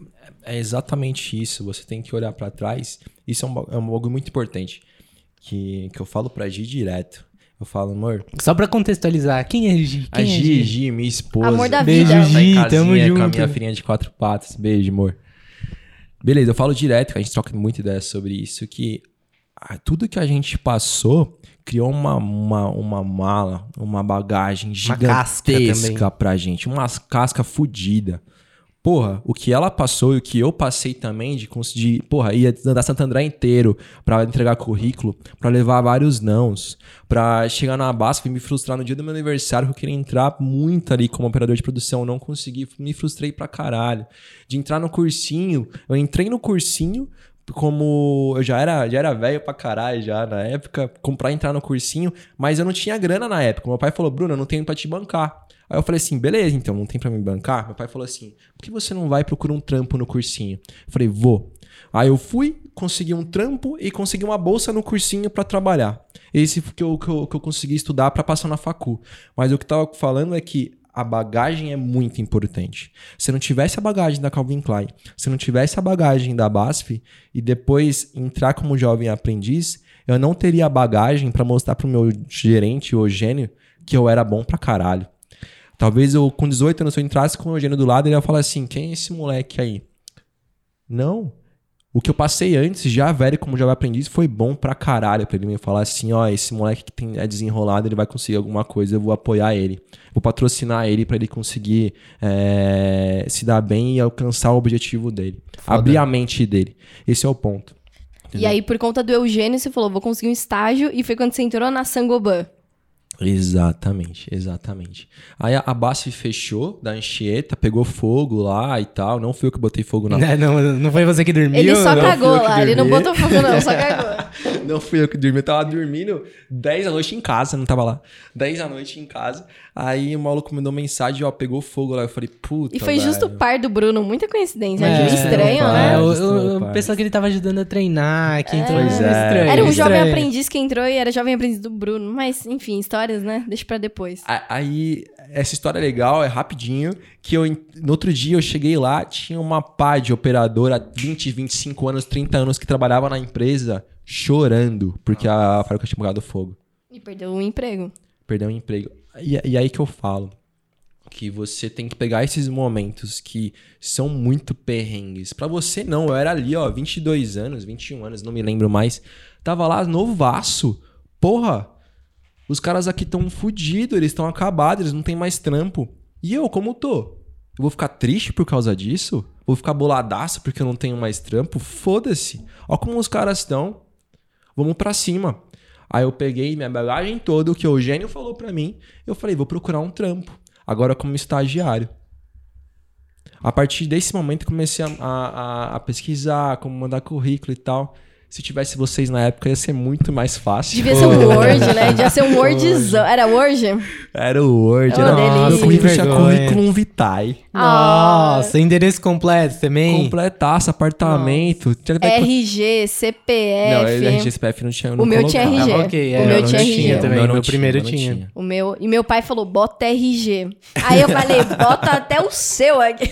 é exatamente isso. Você tem que olhar pra trás. Isso é um, ba- é um bagulho muito importante. Que, que eu falo pra Gi direto. Eu falo, amor... Só pra contextualizar, quem é Gi? A Quem é Gi, Gi? Gi, minha esposa. Amor da Beijo, vida. Tá em Gi, casinha tamo com a junto. minha filhinha de quatro patas. Beijo, amor. Beleza, eu falo direto, que a gente troca muito ideia sobre isso, que ah, tudo que a gente passou criou uma, uma, uma mala, uma bagagem casca gigantesca também. pra gente, uma casca fodida. Porra, o que ela passou e o que eu passei também de conseguir, porra, ia andar Santo André inteiro pra entregar currículo, pra levar vários nãos, pra chegar na BASF e me frustrar no dia do meu aniversário, que eu queria entrar muito ali como operador de produção, não consegui, me frustrei pra caralho. De entrar no cursinho, eu entrei no cursinho, como eu já era, já era velho pra caralho já na época, comprar entrar no cursinho, mas eu não tinha grana na época. Meu pai falou, Bruno, eu não tenho pra te bancar. Aí eu falei assim, beleza, então, não tem pra me bancar? Meu pai falou assim, por que você não vai procurar um trampo no cursinho? Eu falei, vou. Aí eu fui, consegui um trampo e consegui uma bolsa no cursinho pra trabalhar. Esse que eu, que eu, que eu consegui estudar pra passar na facu. Mas o que eu tava falando é que a bagagem é muito importante. Se não tivesse a bagagem da Calvin Klein, se não tivesse a bagagem da BASF e depois entrar como jovem aprendiz, eu não teria a bagagem pra mostrar pro meu gerente, o Eugênio, que eu era bom pra caralho. Talvez eu, com dezoito anos, se eu entrasse com o Eugênio do lado, ele ia falar assim, quem é esse moleque aí? Não. O que eu passei antes, já velho como Java aprendiz, foi bom pra caralho pra ele me falar assim, ó, esse moleque que tem, é desenrolado, ele vai conseguir alguma coisa, eu vou apoiar ele. Vou patrocinar ele pra ele conseguir é, se dar bem e alcançar o objetivo dele. Foda. Abrir a mente dele. Esse é o ponto. E Entendeu? aí, por conta do Eugênio, você falou, vou conseguir um estágio, e foi quando você entrou na Sangoban. Exatamente, exatamente. Aí a, a base fechou da Anchieta, pegou fogo lá e tal. Não fui eu que botei fogo na... Não, não foi você que dormiu? Ele só não cagou fui eu que lá, ele não dormi. botou fogo não, só cagou. Não fui eu que dormi, eu tava dormindo dez da noite em casa, não tava lá. dez da noite em casa. Aí o maluco me mandou mensagem, ó, pegou fogo lá. Eu falei, puta, E foi velho. justo o par do Bruno, muita coincidência. É, É, estranho, pai. né? É, o, Estranho, o, o pai. pessoal que ele tava ajudando a treinar, que entrou. Pois é. Estranho, Era um estranho. jovem aprendiz que entrou e era jovem aprendiz do Bruno. Mas, enfim, histórias, né? Deixa pra depois. A- Aí, essa história é legal, é rapidinho, que eu, no outro dia eu cheguei lá, tinha uma pá de operadora, vinte, vinte e cinco anos, trinta anos, que trabalhava na empresa, chorando, porque a fábrica tinha pegado fogo. E perdeu o emprego. Perdeu o emprego. E, e aí que eu falo que você tem que pegar esses momentos que são muito perrengues. Pra você não, eu era ali, ó, vinte e dois anos, vinte e um anos, não me lembro mais. Tava lá, novaço. Porra, os caras aqui tão fodidos, eles estão acabados, eles não tem mais trampo. E eu, como tô? Eu vou ficar triste por causa disso? Vou ficar boladaço porque eu não tenho mais trampo? Foda-se. Ó como os caras estão. Vamos pra cima. Aí eu peguei minha bagagem toda, o que o Eugênio falou pra mim. Eu falei, vou procurar um trampo. Agora como estagiário. A partir desse momento comecei a, a, a pesquisar, como mandar currículo e tal. Se tivesse vocês na época, ia ser muito mais fácil. Devia ser um Word, né? Devia ser um Wordzão. Era Word? Era o Word. Oh, Era... delícia. Meu currículo tinha Vergonha. currículo vitae. Nossa, endereço completo também. Completaço, apartamento. Tinha até... R G, C P F. Não, R G, C P F não tinha. Não O meu tinha colocava. R G. Ah, ok, é, O meu não tinha R G. também. O Meu não primeiro o meu não tinha. O meu, e meu pai falou, bota R G. Aí eu falei, bota até o seu aqui.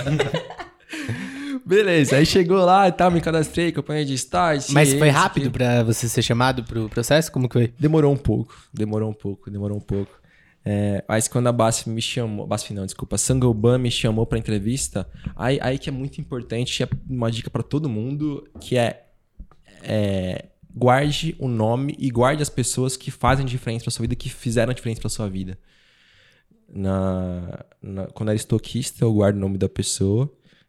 Beleza, aí chegou lá e tal, me cadastrei, campanha de start. Mas foi esse, rápido que- pra você ser chamado pro processo? Como que foi? Demorou um pouco, demorou um pouco, demorou um pouco. É, mas quando a B A S F me chamou, B A S F não, desculpa, a Sangoban me chamou pra entrevista, aí, aí que é muito importante, é uma dica pra todo mundo, que é, é guarde o nome e guarde as pessoas que fazem diferença pra sua vida, que fizeram diferença pra sua vida. Na, na- quando era estoquista, eu guardo o nome da pessoa.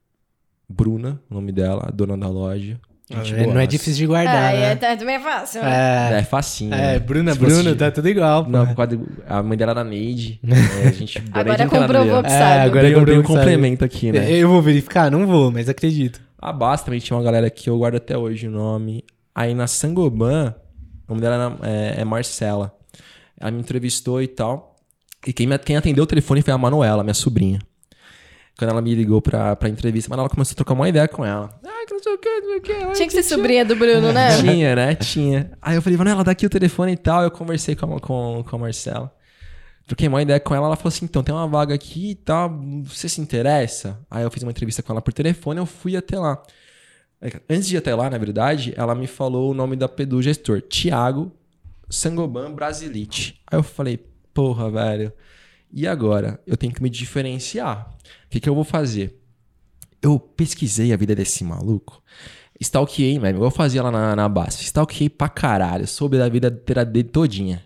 Bruna, o nome dela, a dona da loja. Gente É, não é boaça. difícil de guardar, Aí né? é, tá- também é fácil. né? É, É facinho. é, né? Bruna, Se fosse Bruna, de- tá tudo igual. pô. Não, por causa do- a mãe dela era Neide. É, a gente Agora desde que ela comprovou veio. que É, sabe. agora Dei, um- comprou dei um que sabe. complemento aqui, né? Eu vou verificar? Não vou, mas acredito. A Basta também tinha uma galera que eu guardo até hoje o nome. Aí na Sangoban, o nome dela era- é, é Marcela. Ela me entrevistou e tal. E quem, me, quem atendeu o telefone foi a Manuela, minha sobrinha. Quando ela me ligou pra, pra entrevista, a Manuela começou a trocar uma ideia com ela. Ah, que não sei o que, não sei o que. ai, Tinha que ser tia. sobrinha do Bruno, né? Tinha, né? Tinha. Aí eu falei, Manuela, dá aqui o telefone e tal. Eu conversei com a, com, com a Marcela. Troquei uma ideia com ela. Ela falou assim, então, tem uma vaga aqui e tal. Você se interessa? Aí eu fiz uma entrevista com ela por telefone. Eu fui até lá. Antes de ir até lá, na verdade, ela me falou o nome da, do gestor. Thiago Sangoban Brasilite. Aí eu falei, porra, velho. E agora? Eu tenho que me diferenciar. O que, que eu vou fazer? Eu pesquisei a vida desse maluco. Stalkeei, velho. Eu fazia lá na, na B A S F. Stalkeei pra caralho. Soube da vida inteira dele todinha.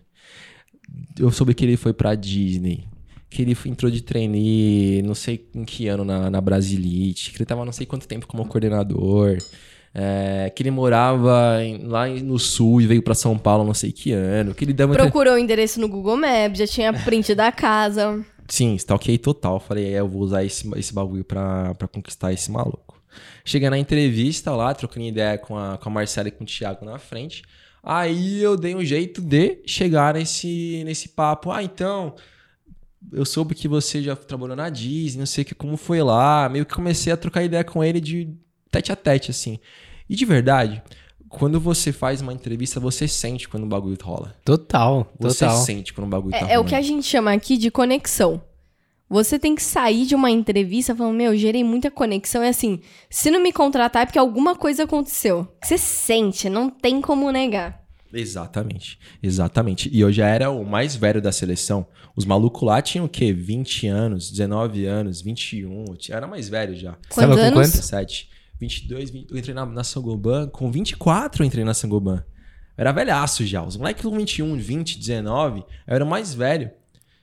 Eu soube que ele foi pra Disney. Que ele entrou de trainee, não sei em que ano, na, na Brasilite. Que ele tava não sei quanto tempo como coordenador. É, que ele morava em- lá em- no sul e veio pra São Paulo não sei que ano. Que ele deu uma entre- Procurou o endereço no Google Maps, já tinha print da casa. Sim, stalkeei total. Falei, é, eu vou usar esse, esse bagulho pra, pra conquistar esse maluco. Cheguei na entrevista lá, trocando ideia com a, com a Marcela e com o Thiago na frente. Aí eu dei um jeito de chegar nesse, nesse papo. Ah, então, eu soube que você já trabalhou na Disney, não sei que, como foi lá. Meio que comecei a trocar ideia com ele de tete a tete, assim. E de verdade, quando você faz uma entrevista, você sente quando o bagulho rola. Total, Você total. sente quando o bagulho tá É, é o rolando. que a gente chama aqui de conexão. Você tem que sair de uma entrevista falando, meu, gerei muita conexão. É assim, se não me contratar é porque alguma coisa aconteceu. Você sente, não tem como negar. Exatamente, exatamente. E eu já era o mais velho da seleção. Os malucos lá tinham o quê? vinte anos, dezenove anos, vinte e um. Eu era mais velho já. Quantos com anos? quanto? dezessete. vinte e dois, vinte, eu entrei na, na Saint-Gobain. Com vinte e quatro eu entrei na Saint-Gobain. Eu era velhaço já. Os moleques com vinte e um, vinte, dezenove, eu era o mais velho.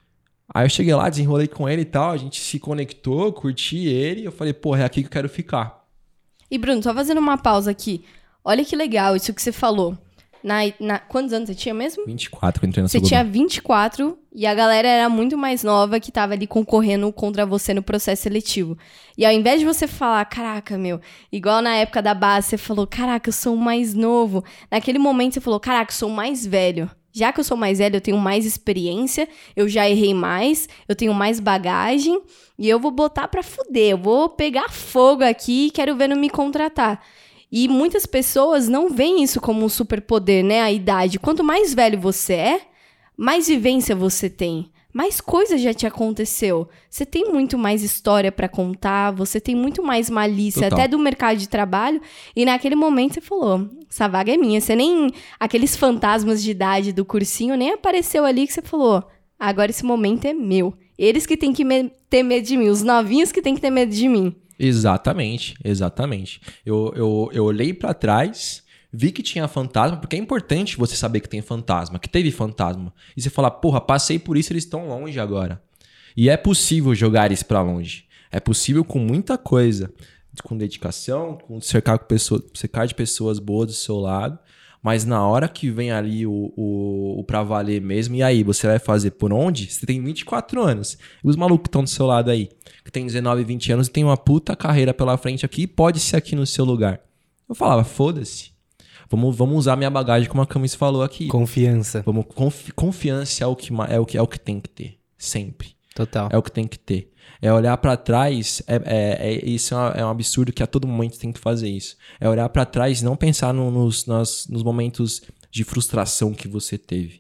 Aí eu cheguei lá, desenrolei com ele e tal, a gente se conectou, curti ele, eu falei, porra, é aqui que eu quero ficar. E Bruno, só fazendo uma pausa aqui. Olha que legal isso que você falou. Na, na, quantos anos você tinha mesmo? vinte e quatro que eu entrei na Você Saint-Gobain. tinha vinte e quatro e a galera era muito mais nova que tava ali concorrendo contra você no processo seletivo. E ao invés de você falar, caraca, meu, igual na época da base, você falou, caraca, eu sou o mais novo. Naquele momento você falou, caraca, eu sou o mais velho. Já que eu sou mais velho, eu tenho mais experiência, eu já errei mais, eu tenho mais bagagem e eu vou botar pra fuder, eu vou pegar fogo aqui e quero ver não me contratar. E muitas pessoas não veem isso como um superpoder, né? A idade. Quanto mais velho você é, mais vivência você tem. Mais coisa já te aconteceu. Você tem muito mais história pra contar, você tem muito mais malícia, Total. até do mercado de trabalho. E naquele momento você falou, essa vaga é minha. Você nem... Aqueles fantasmas de idade do cursinho nem apareceu ali que você falou, agora esse momento é meu. Eles que têm que me- ter medo de mim, os novinhos que têm que ter medo de mim. Exatamente, exatamente. Eu, eu, eu olhei pra trás, vi que tinha fantasma, porque é importante você saber que tem fantasma, que teve fantasma. E você falar, porra, passei por isso, eles estão longe agora. E é possível jogar isso pra longe. É possível com muita coisa, com dedicação, com cercar, com pessoa, cercar de pessoas boas do seu lado. Mas na hora que vem ali o, o, o pra valer mesmo, e aí, você vai fazer por onde? Você tem vinte e quatro anos. E os malucos que estão do seu lado aí, que tem dezenove, vinte anos e tem uma puta carreira pela frente aqui, pode ser aqui no seu lugar. Eu falava, foda-se. Vamos, vamos usar minha bagagem, como a Camis falou aqui. Confiança. Vamos, confi- confiança é o, que, ma- é, o que, é o que tem que ter. Sempre. Total. É o que tem que ter. É olhar pra trás, é, é, é- isso é, uma- é um absurdo que a todo momento tem que fazer isso. É olhar pra trás e não pensar no- nos, nas- nos momentos de frustração que você teve.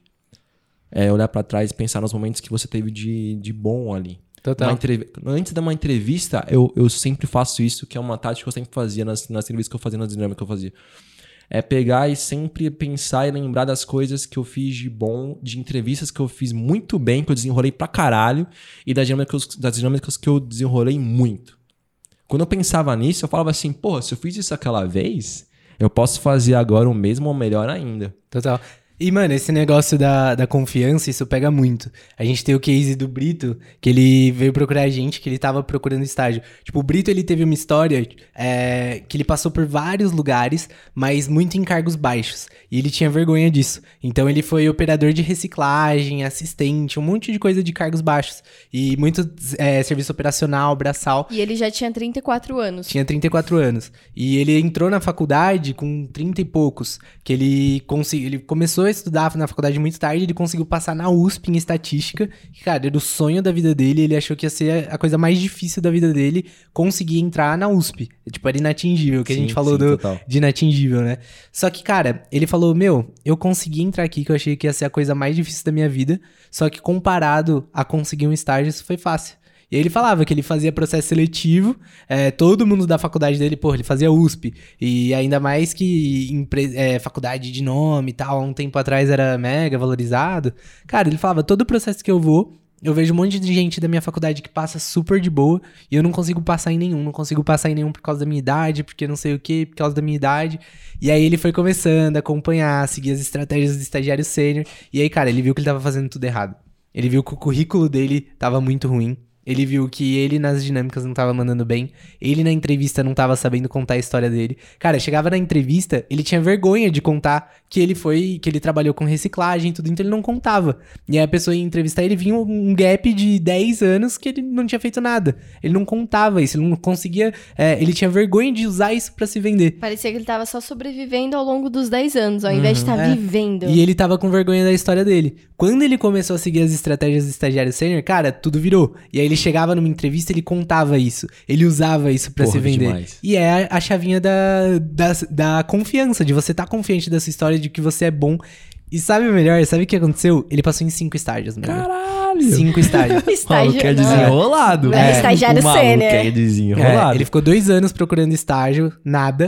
É olhar pra trás e pensar nos momentos que você teve de, de bom ali. Total. Uma entrev- Antes de uma entrevista, eu, eu sempre faço isso, que é uma tática que eu sempre fazia nas, nas entrevistas que eu fazia, nas dinâmicas que eu fazia. É pegar e sempre pensar e lembrar das coisas que eu fiz de bom, de entrevistas que eu fiz muito bem, que eu desenrolei pra caralho, e das dinâmicas, das dinâmicas que eu desenrolei muito. Quando eu pensava nisso, eu falava assim, porra, se eu fiz isso aquela vez, eu posso fazer agora o mesmo ou melhor ainda. Total. E, mano, esse negócio da, da confiança, isso pega muito. A gente tem o case do Brito, que ele veio procurar a gente, que ele tava procurando estágio. Tipo, o Brito, ele teve uma história é, que ele passou por vários lugares, mas muito em cargos baixos. E ele tinha vergonha disso. Então, ele foi operador de reciclagem, assistente, um monte de coisa de cargos baixos. E muito é, serviço operacional, braçal. E ele já tinha trinta e quatro anos. Tinha trinta e quatro anos. E ele entrou na faculdade com trinta e poucos. Que ele conseguiu. Ele começou a estudar na faculdade muito tarde, ele conseguiu passar na U S P em estatística. Que, cara, era o sonho da vida dele. Ele achou que ia ser a coisa mais difícil da vida dele conseguir entrar na U S P. Tipo, era inatingível, que Sim, a gente falou sim, do, total. de inatingível, né? Só que, cara, ele falou: Meu, eu consegui entrar aqui, que eu achei que ia ser a coisa mais difícil da minha vida. Só que comparado a conseguir um estágio, isso foi fácil. E aí ele falava que ele fazia processo seletivo, é, todo mundo da faculdade dele, pô, ele fazia U S P. E ainda mais que empre- é, faculdade de nome e tal, há um tempo atrás era mega valorizado. Cara, ele falava, todo processo que eu vou, eu vejo um monte de gente da minha faculdade que passa super de boa e eu não consigo passar em nenhum. Não consigo passar em nenhum por causa da minha idade, porque não sei o que, por causa da minha idade. E aí ele foi começando a acompanhar, seguir as estratégias do estagiário sênior. E aí, cara, ele viu que ele tava fazendo tudo errado. Ele viu que o currículo dele tava muito ruim. Ele viu que ele nas dinâmicas não tava mandando bem. Ele na entrevista não tava sabendo contar a história dele. Cara, chegava na entrevista, ele tinha vergonha de contar que ele foi, que ele trabalhou com reciclagem e tudo, então ele não contava. E aí a pessoa ia entrevistar ele, vinha um gap de dez anos que ele não tinha feito nada. Ele não contava isso, ele não conseguia... É, ele tinha vergonha de usar isso pra se vender. Parecia que ele tava só sobrevivendo ao longo dos dez anos, ao invés de estar é. vivendo. E ele tava com vergonha da história dele. Quando ele começou a seguir as estratégias do estagiário sênior, cara, tudo virou. E aí ele chegava numa entrevista, ele contava isso. Ele usava isso pra Porra, se vender. demais. E é a, a chavinha da, da, da confiança, de você estar tá confiante da sua história, de que você é bom. E sabe o melhor? Sabe o que aconteceu? Ele passou em cinco estágios, mano. Caralho! Cinco estágios. Estágio, Maluco é não. desenrolado. É, estagiário O maluco sênior. é desenrolado. É, ele ficou dois anos procurando estágio, nada.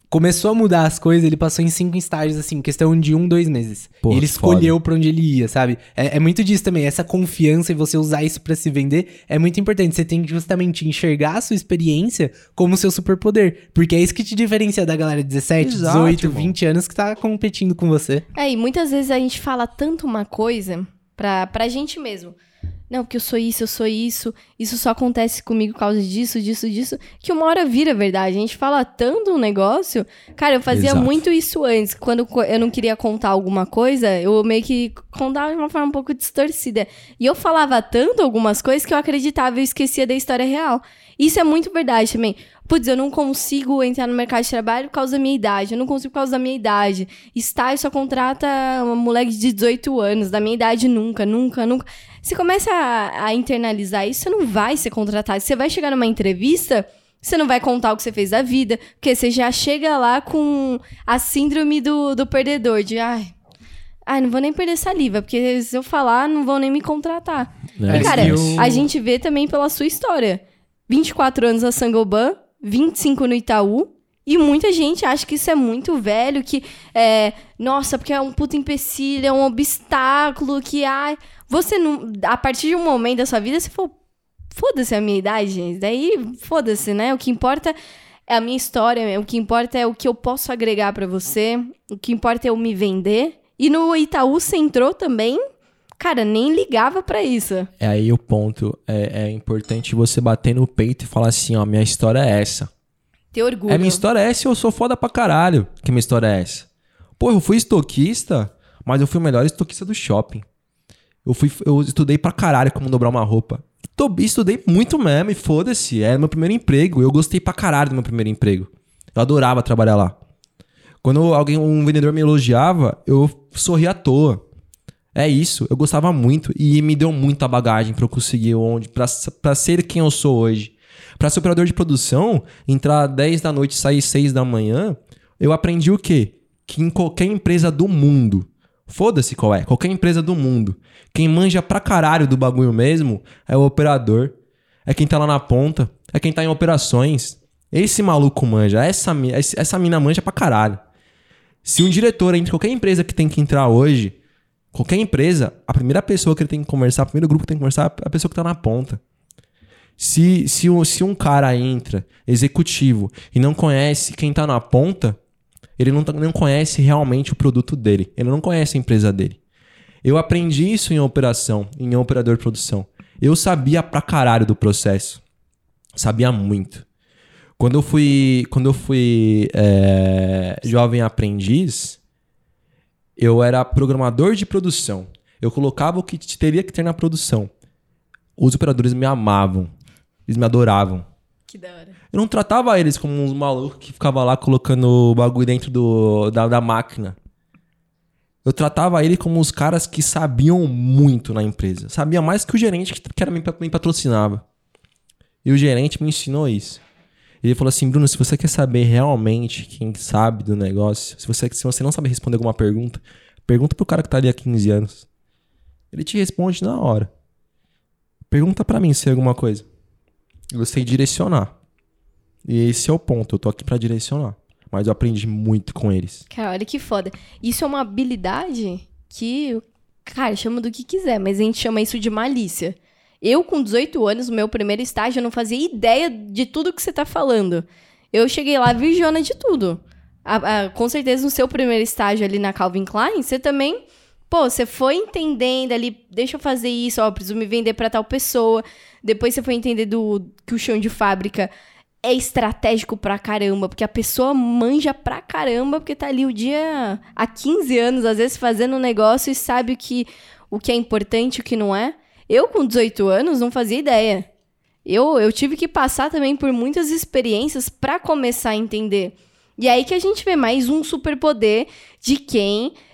começou a mudar as coisas, ele passou em cinco estágios, assim, questão de um, dois meses. Pô, e ele escolheu foda. pra onde ele ia, sabe? É, é muito disso também, essa confiança e você usar isso pra se vender é muito importante. Você tem que justamente enxergar a sua experiência como seu superpoder, porque é isso que te diferencia da galera de dezessete, Exato, dezoito, irmão. vinte anos que tá competindo com você. É, e muitas vezes a gente fala tanto uma coisa pra, pra gente mesmo. Não, porque eu sou isso, eu sou isso, isso só acontece comigo por causa disso, disso, disso, que uma hora vira verdade. A gente fala tanto um negócio. Cara, eu fazia Exato. muito isso antes. Quando eu não queria contar alguma coisa, eu meio que contava de uma forma um pouco distorcida. E eu falava tanto algumas coisas que eu acreditava e eu esquecia da história real. Isso é muito verdade também. Putz, eu não consigo entrar no mercado de trabalho por causa da minha idade. Eu não consigo por causa da minha idade. Estágio só contrata uma moleque de dezoito anos. Da minha idade nunca, nunca, nunca. Você começa a, a internalizar isso, você não vai ser contratado. Você vai chegar numa entrevista, você não vai contar o que você fez da vida. Porque você já chega lá com a síndrome do, do perdedor. De, ai, ai, não vou nem perder saliva. Porque se eu falar, não vão nem me contratar. É, E, cara, eu- a gente vê também pela sua história. vinte e quatro anos na Saint-Gobain, vinte e cinco no Itaú, e muita gente acha que isso é muito velho, que é, nossa, porque é um puta empecilho, é um obstáculo, que, ai, você não, a partir de um momento da sua vida, você falou, foda-se a minha idade, gente, daí, foda-se, né, o que importa é a minha história, o que importa é o que eu posso agregar pra você, o que importa é eu me vender, e no Itaú você entrou também, cara, nem ligava pra isso. É aí o ponto. É, é importante você bater no peito e falar assim, ó, minha história é essa. Ter orgulho. É, minha história é essa e eu sou foda pra caralho. Que minha história é essa. Pô, eu fui estoquista, mas eu fui o melhor estoquista do shopping. Eu, fui, eu estudei pra caralho como dobrar uma roupa. Tô, estudei muito mesmo e foda-se. Era meu primeiro emprego. Eu gostei pra caralho do meu primeiro emprego. Eu adorava trabalhar lá. Quando alguém, um vendedor me elogiava, eu sorria à toa. É isso, eu gostava muito e me deu muita bagagem pra eu conseguir onde, pra, pra ser quem eu sou hoje. Pra ser operador de produção, entrar dez da noite e sair seis da manhã, eu aprendi o quê? Que em qualquer empresa do mundo, foda-se qual é, qualquer empresa do mundo, quem manja pra caralho do bagulho mesmo é o operador, é quem tá lá na ponta, é quem tá em operações. Esse maluco manja, essa, essa mina manja pra caralho. Se um diretor entra em qualquer empresa que tem que entrar hoje, qualquer empresa, a primeira pessoa que ele tem que conversar, o primeiro grupo que tem que conversar é a pessoa que tá na ponta. Se, se, um, se um cara entra, executivo, e não conhece quem tá na ponta, ele não, não conhece realmente o produto dele. Ele não conhece a empresa dele. Eu aprendi isso em operação, em operador de produção. Eu sabia pra caralho do processo. Sabia muito. Quando eu fui, quando eu fui é, jovem aprendiz, eu era programador de produção. Eu colocava o que teria que ter na produção. Os operadores me amavam. Eles me adoravam. Que da hora. Eu não tratava eles como uns malucos que ficavam lá colocando o bagulho dentro do, da, da máquina. Eu tratava ele como os caras que sabiam muito na empresa. Sabia mais que o gerente que, que era, me, me patrocinava. E o gerente me ensinou isso. Ele falou assim, Bruno, se você quer saber realmente quem sabe do negócio, se você, se você não sabe responder alguma pergunta, pergunta pro cara que tá ali há quinze anos. Ele te responde na hora. Pergunta pra mim se é alguma coisa. Eu sei direcionar. E esse é o ponto, eu tô aqui pra direcionar. Mas eu aprendi muito com eles. Cara, olha que foda. Isso é uma habilidade que, cara, chama do que quiser, mas a gente chama isso de malícia. Eu, com dezoito anos, no meu primeiro estágio, eu não fazia ideia de tudo que você tá falando. Eu cheguei lá virjona de tudo. A, a, com certeza, no seu primeiro estágio ali na Calvin Klein, você também... Pô, você foi entendendo ali, deixa eu fazer isso, ó, eu preciso me vender pra tal pessoa. Depois você foi entender do, que o chão de fábrica é estratégico pra caramba, porque a pessoa manja pra caramba, porque tá ali o dia há quinze anos, às vezes, fazendo um negócio e sabe o que, o que é importante e o que não é. Eu, com dezoito anos, não fazia ideia. Eu, eu tive que passar também por muitas experiências pra começar a entender. E aí que a gente vê mais um superpoder de quem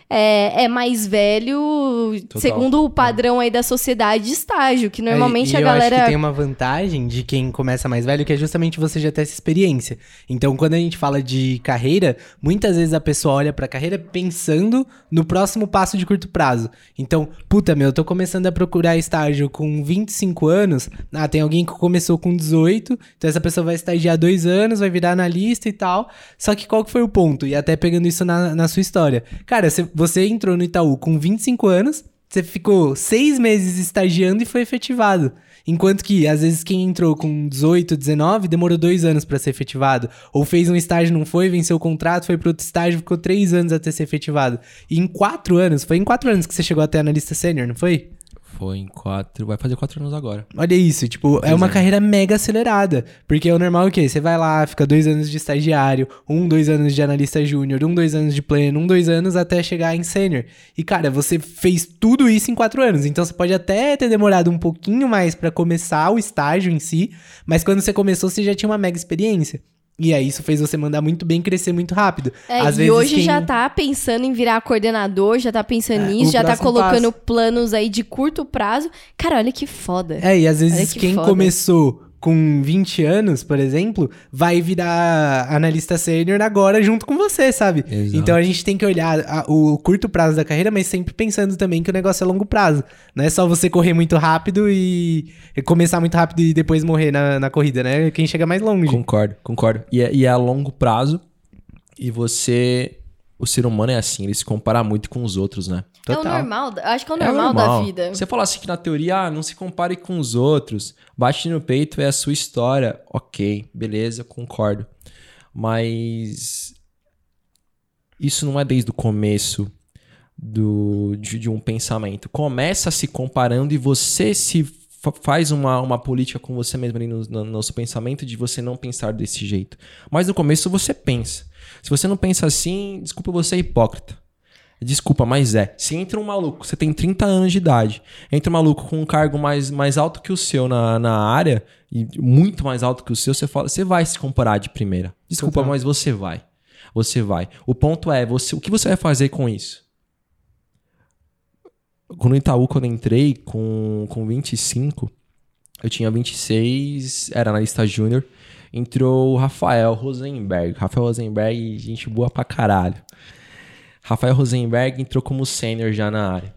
é, é mais velho, Total. segundo o padrão aí da sociedade de estágio, que normalmente É, e a eu galera... acho que tem uma vantagem de quem começa mais velho, que é justamente você já ter essa experiência. Então, quando a gente fala de carreira, muitas vezes a pessoa olha pra carreira pensando no próximo passo de curto prazo. Então, puta, meu, eu tô começando a procurar estágio com vinte e cinco anos, ah, tem alguém que começou com dezoito, então essa pessoa vai estagiar dois anos, vai virar analista e tal. Só que qual que foi o ponto? E até pegando isso na, na sua história. Cara, você, você entrou no Itaú com vinte e cinco anos, você ficou seis meses estagiando e foi efetivado. Enquanto que, às vezes, quem entrou com dezoito, dezenove, demorou dois anos pra ser efetivado. Ou fez um estágio, não foi, venceu o contrato, foi pro outro estágio, ficou três anos até ser efetivado. E em quatro anos, foi em quatro anos que você chegou até analista sênior, não foi? Foi em quatro... Vai fazer quatro anos agora. Olha isso, tipo, é uma carreira mega acelerada. Porque o normal é o quê? Você vai lá, fica dois anos de estagiário, um, dois anos de analista júnior, um, dois anos de pleno, um, dois anos até chegar em sênior. E, cara, você fez tudo isso em quatro anos. Então, você pode até ter demorado um pouquinho mais pra começar o estágio em si, mas quando você começou, você já tinha uma mega experiência. E aí, isso fez você mandar muito bem, crescer muito rápido. É, Às e vezes hoje quem... já tá pensando em virar coordenador, já tá pensando É, nisso, o já tá próximo colocando passo. planos aí de curto prazo. Cara, olha que foda. É, e às Olha vezes que quem foda. começou com vinte anos, por exemplo, vai virar analista sênior agora junto com você, sabe? Exato. Então a gente tem que olhar a- o curto prazo da carreira, mas sempre pensando também que o negócio é longo prazo. Não é só você correr muito rápido e, e começar muito rápido e depois morrer na, na corrida, né? Quem chega mais longe. Concordo, concordo. E é, e é a longo prazo. E você... O ser humano é assim, ele se compara muito com os outros, né? É o Total. normal, da- acho que é o É normal, normal. da vida. Você fala assim que na teoria, ah, não se compare com os outros. Bate no peito, é a sua história. Ok, beleza, concordo. Mas isso não é desde o começo do, de, de um pensamento. Começa se comparando e você se fa- faz uma, uma política com você mesmo ali no, no, no seu pensamento de você não pensar desse jeito. Mas no começo você pensa. Se você não pensa assim, desculpa, você é hipócrita. Desculpa, mas é. Se entra um maluco, você tem trinta anos de idade, entra um maluco com um cargo mais, mais alto que o seu na, na área, e muito mais alto que o seu, você fala, você vai se comparar de primeira. Desculpa, Total. mas você vai. Você vai. O ponto é, você, o que você vai fazer com isso? Quando no Itaú, quando eu entrei com, com vinte e cinco, eu tinha vinte e seis, era analista júnior, entrou o Rafael Rosenberg. Rafael Rosenberg, gente boa pra caralho. Rafael Rosenberg entrou como sênior já na área.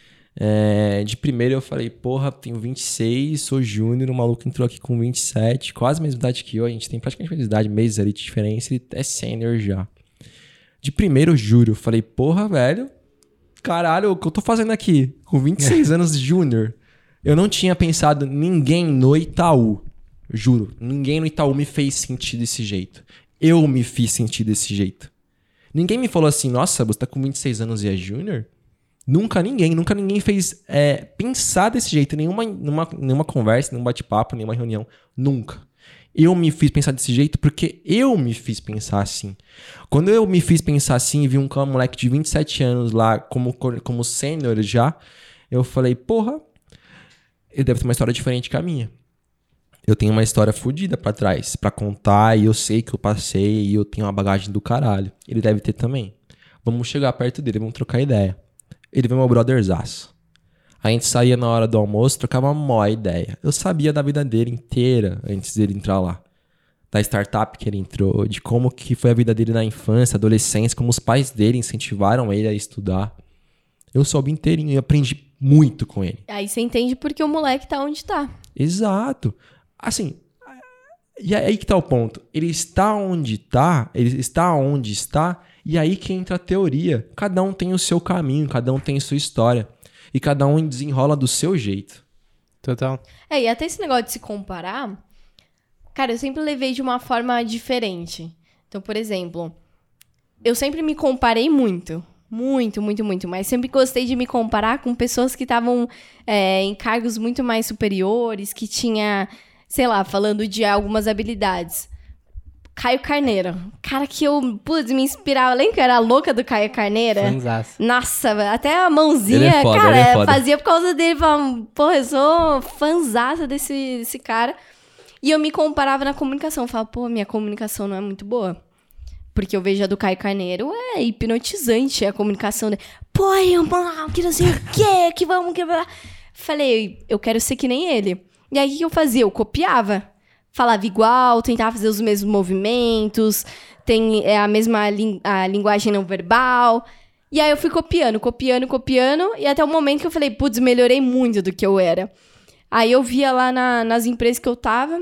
É, de primeiro eu falei, porra, tenho vinte e seis, sou júnior, o maluco entrou aqui com vinte e sete, quase a mesma idade que eu, a gente tem praticamente a mesma idade, meses ali de diferença, ele é sênior já. De primeiro, eu juro, eu falei, porra, velho, caralho, o que eu tô fazendo aqui? Com vinte e seis anos de júnior. Eu não tinha pensado ninguém no Itaú, juro, ninguém no Itaú me fez sentir desse jeito. Eu me fiz sentir desse jeito. Ninguém me falou assim, nossa, você tá com vinte e seis anos e é júnior? Nunca ninguém, nunca ninguém fez é, pensar desse jeito, nenhuma, nenhuma, nenhuma conversa, nenhum bate-papo, nenhuma reunião, nunca. Eu me fiz pensar desse jeito porque eu me fiz pensar assim. Quando eu me fiz pensar assim e vi um moleque de vinte e sete anos lá como, como sênior já, eu falei, porra, ele deve ter uma história diferente que a minha. Eu tenho uma história fodida pra trás, pra contar, e eu sei que eu passei, e eu tenho uma bagagem do caralho. Ele deve ter também. Vamos chegar perto dele, vamos trocar ideia. Ele veio meu brotherzaço. A gente saía na hora do almoço, trocava uma mó ideia. Eu sabia da vida dele inteira antes dele entrar lá. Da startup que ele entrou, de como que foi a vida dele na infância, adolescência, como os pais dele incentivaram ele a estudar. Eu soube inteirinho e aprendi muito com ele. Aí você entende porque o moleque tá onde tá. Exato. Assim, e aí que tá o ponto. Ele está onde tá, ele está onde está, e aí que entra a teoria. Cada um tem o seu caminho, cada um tem a sua história. E cada um desenrola do seu jeito. Total. É, e até esse negócio de se comparar, cara, eu sempre levei de uma forma diferente. Então, por exemplo, eu sempre me comparei muito. Muito, muito, muito. Mas sempre gostei de me comparar com pessoas que estavam é, em cargos muito mais superiores, que tinha, sei lá, falando de algumas habilidades. Caio Carneiro. Cara que eu, putz, me inspirava. Lembra que eu era a louca do Caio Carneiro? Fanzaço. Nossa, até a mãozinha, Ele é foda, cara, ele é foda. fazia por causa dele. Falava, porra, eu sou fanzaça desse, desse cara. E eu me comparava na comunicação. Eu falava, pô, minha comunicação não é muito boa. Porque eu vejo a do Caio Carneiro, é hipnotizante a comunicação dele. Pô, irmão, que não sei o quê, que vamos... Que... Falei, eu quero ser que nem ele. E aí, o que eu fazia? Eu copiava. Falava igual, tentava fazer os mesmos movimentos, tem é, a mesma lin- a linguagem não verbal. E aí, eu fui copiando, copiando, copiando. E até o momento que eu falei, putz, melhorei muito do que eu era. Aí, eu via lá na, nas empresas que eu tava,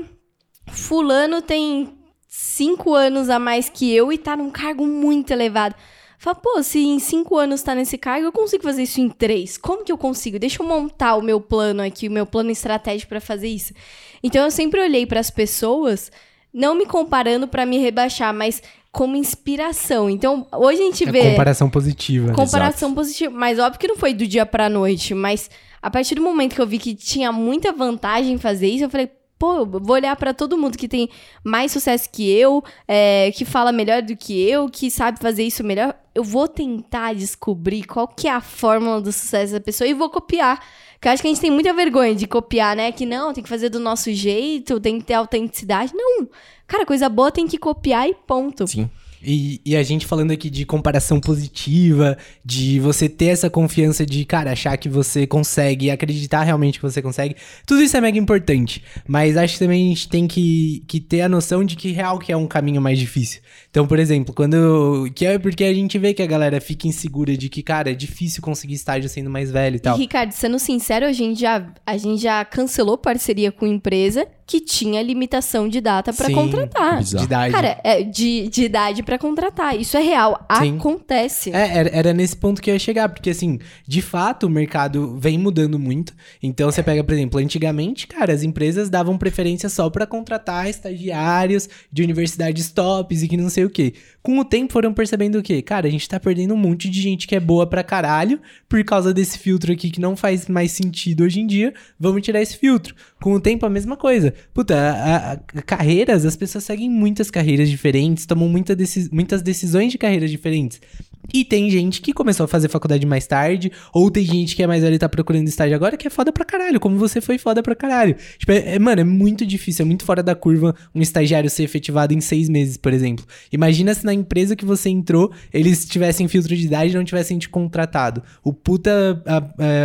fulano tem cinco anos a mais que eu e tá num cargo muito elevado. Fala, pô, se em cinco anos tá nesse cargo, eu consigo fazer isso em três. Como que eu consigo? Deixa eu montar o meu plano aqui, o meu plano estratégico pra fazer isso. Então, eu sempre olhei pras pessoas, não me comparando pra me rebaixar, mas como inspiração. Então, hoje a gente É vê... comparação positiva. Comparação positiva. Mas óbvio que não foi do dia pra noite, mas a partir do momento que eu vi que tinha muita vantagem em fazer isso, eu falei, pô, eu vou olhar pra todo mundo que tem mais sucesso que eu, é, que fala melhor do que eu, que sabe fazer isso melhor. Eu vou tentar descobrir qual que é a fórmula do sucesso da pessoa e vou copiar. Porque eu acho que a gente tem muita vergonha de copiar, né? Que não, tem que fazer do nosso jeito, tem que ter autenticidade. Não. Cara, coisa boa tem que copiar e ponto. Sim. E, e a gente falando aqui de comparação positiva, de você ter essa confiança de, cara, achar que você consegue, acreditar realmente que você consegue, tudo isso é mega importante. Mas acho que também a gente tem que, que ter a noção de que real que é um caminho mais difícil. Então, por exemplo, quando... Que é porque a gente vê que a galera fica insegura de que, cara, é difícil conseguir estágio sendo mais velho e tal. E, Ricardo, sendo sincero, a gente já, a gente já cancelou parceria com empresa que tinha limitação de data pra Sim, contratar. de idade. Cara, é, de, de idade pra contratar. Isso é real. Sim. Acontece. É, era, era nesse ponto que eu ia chegar, porque assim, de fato, o mercado vem mudando muito. Então, você pega, por exemplo, antigamente, cara, as empresas davam preferência só pra contratar estagiários de universidades tops e que não sei o quê. Com o tempo, foram percebendo o quê? Cara, a gente tá perdendo um monte de gente que é boa pra caralho por causa desse filtro aqui que não faz mais sentido hoje em dia. Vamos tirar esse filtro. Com o tempo, a mesma coisa. Puta, a, a, carreiras, as pessoas seguem muitas carreiras diferentes, tomam muita decis, muitas decisões de carreiras diferentes. E tem gente que começou a fazer faculdade mais tarde, ou tem gente que é mais velha e tá procurando estágio agora, que é foda pra caralho, como você foi foda pra caralho. Tipo, é, é, mano, é muito difícil, é muito fora da curva um estagiário ser efetivado em seis meses, por exemplo. Imagina se na empresa que você entrou, eles tivessem filtro de idade e não tivessem te contratado. O puta, a,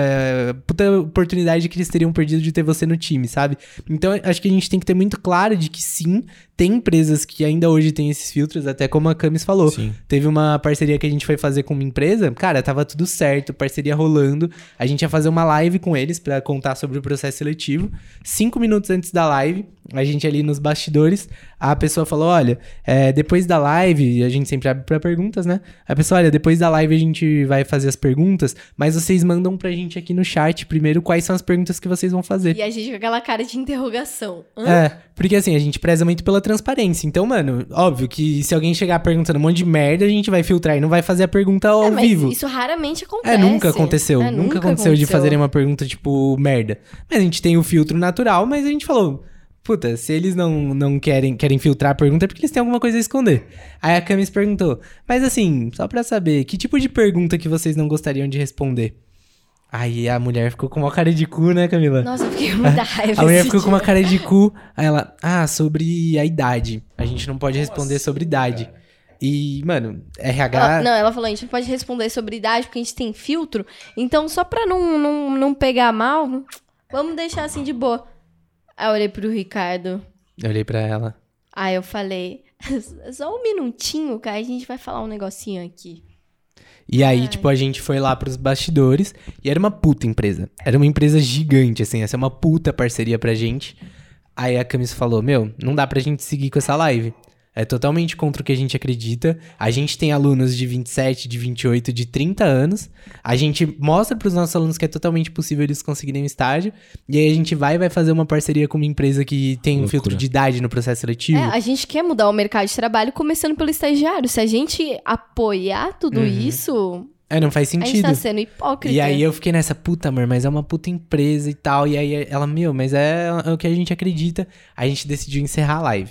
a, puta oportunidade que eles teriam perdido de ter você no time, sabe? Então, acho que a gente tem que ter muito claro de que sim, tem empresas que ainda hoje têm esses filtros, até como a Camis falou. Sim. Teve uma parceria que a gente foi fazer com uma empresa, cara, tava tudo certo, parceria rolando, a gente ia fazer uma live com eles pra contar sobre o processo seletivo. Cinco minutos antes da live, a gente ali nos bastidores, a pessoa falou, olha, é, depois da live, a gente sempre abre pra perguntas, né? A pessoa, olha, depois da live a gente vai fazer as perguntas, mas vocês mandam pra gente aqui no chat primeiro quais são as perguntas que vocês vão fazer. E a gente com aquela cara de interrogação. Hã? É, porque assim, a gente preza muito pela transparência. Então, mano, óbvio que se alguém chegar perguntando um monte de merda, a gente vai filtrar e não vai fazer a pergunta ao É, mas vivo. isso raramente acontece. É, nunca aconteceu. É, nunca, aconteceu de fazerem uma pergunta, tipo, merda. Mas a gente tem o filtro natural, mas a gente falou... Puta, se eles não, não querem, querem filtrar a pergunta é porque eles têm alguma coisa a esconder. Aí a Camis perguntou, mas assim, só pra saber, que tipo de pergunta que vocês não gostariam de responder? Aí a mulher ficou com uma cara de cu, né, Camila? Nossa, eu fiquei com muita raiva. A mulher esse ficou dia. com uma cara de cu. Aí ela, ah, sobre a idade. A gente não pode responder sobre idade. E, mano, R H... Ela, não, ela falou, a gente não pode responder sobre idade porque a gente tem filtro. Então, só pra não, não, não pegar mal, vamos deixar assim de boa. Aí eu olhei pro Ricardo. Eu olhei pra ela. Aí eu falei, só um minutinho, cara, a gente vai falar um negocinho aqui. E aí, Ai. tipo, a gente foi lá pros bastidores e era uma puta empresa. Era uma empresa gigante, assim, essa é uma puta parceria pra gente. Aí a Camis falou, meu, não dá pra gente seguir com essa live. É totalmente contra o que a gente acredita. A gente tem alunos de vinte e sete, de vinte e oito, de trinta anos. A gente mostra pros nossos alunos que é totalmente possível eles conseguirem um estágio. E aí a gente vai vai fazer uma parceria com uma empresa que tem um Loucura. filtro de idade no processo seletivo. É, a gente quer mudar o mercado de trabalho começando pelo estagiário. Se a gente apoiar tudo Uhum. isso, É, não faz a gente sentido. tá sendo hipócrita. E aí eu fiquei nessa, puta, amor, mas é uma puta empresa e tal. E aí ela, meu, mas é, é o que a gente acredita. A gente decidiu encerrar a live.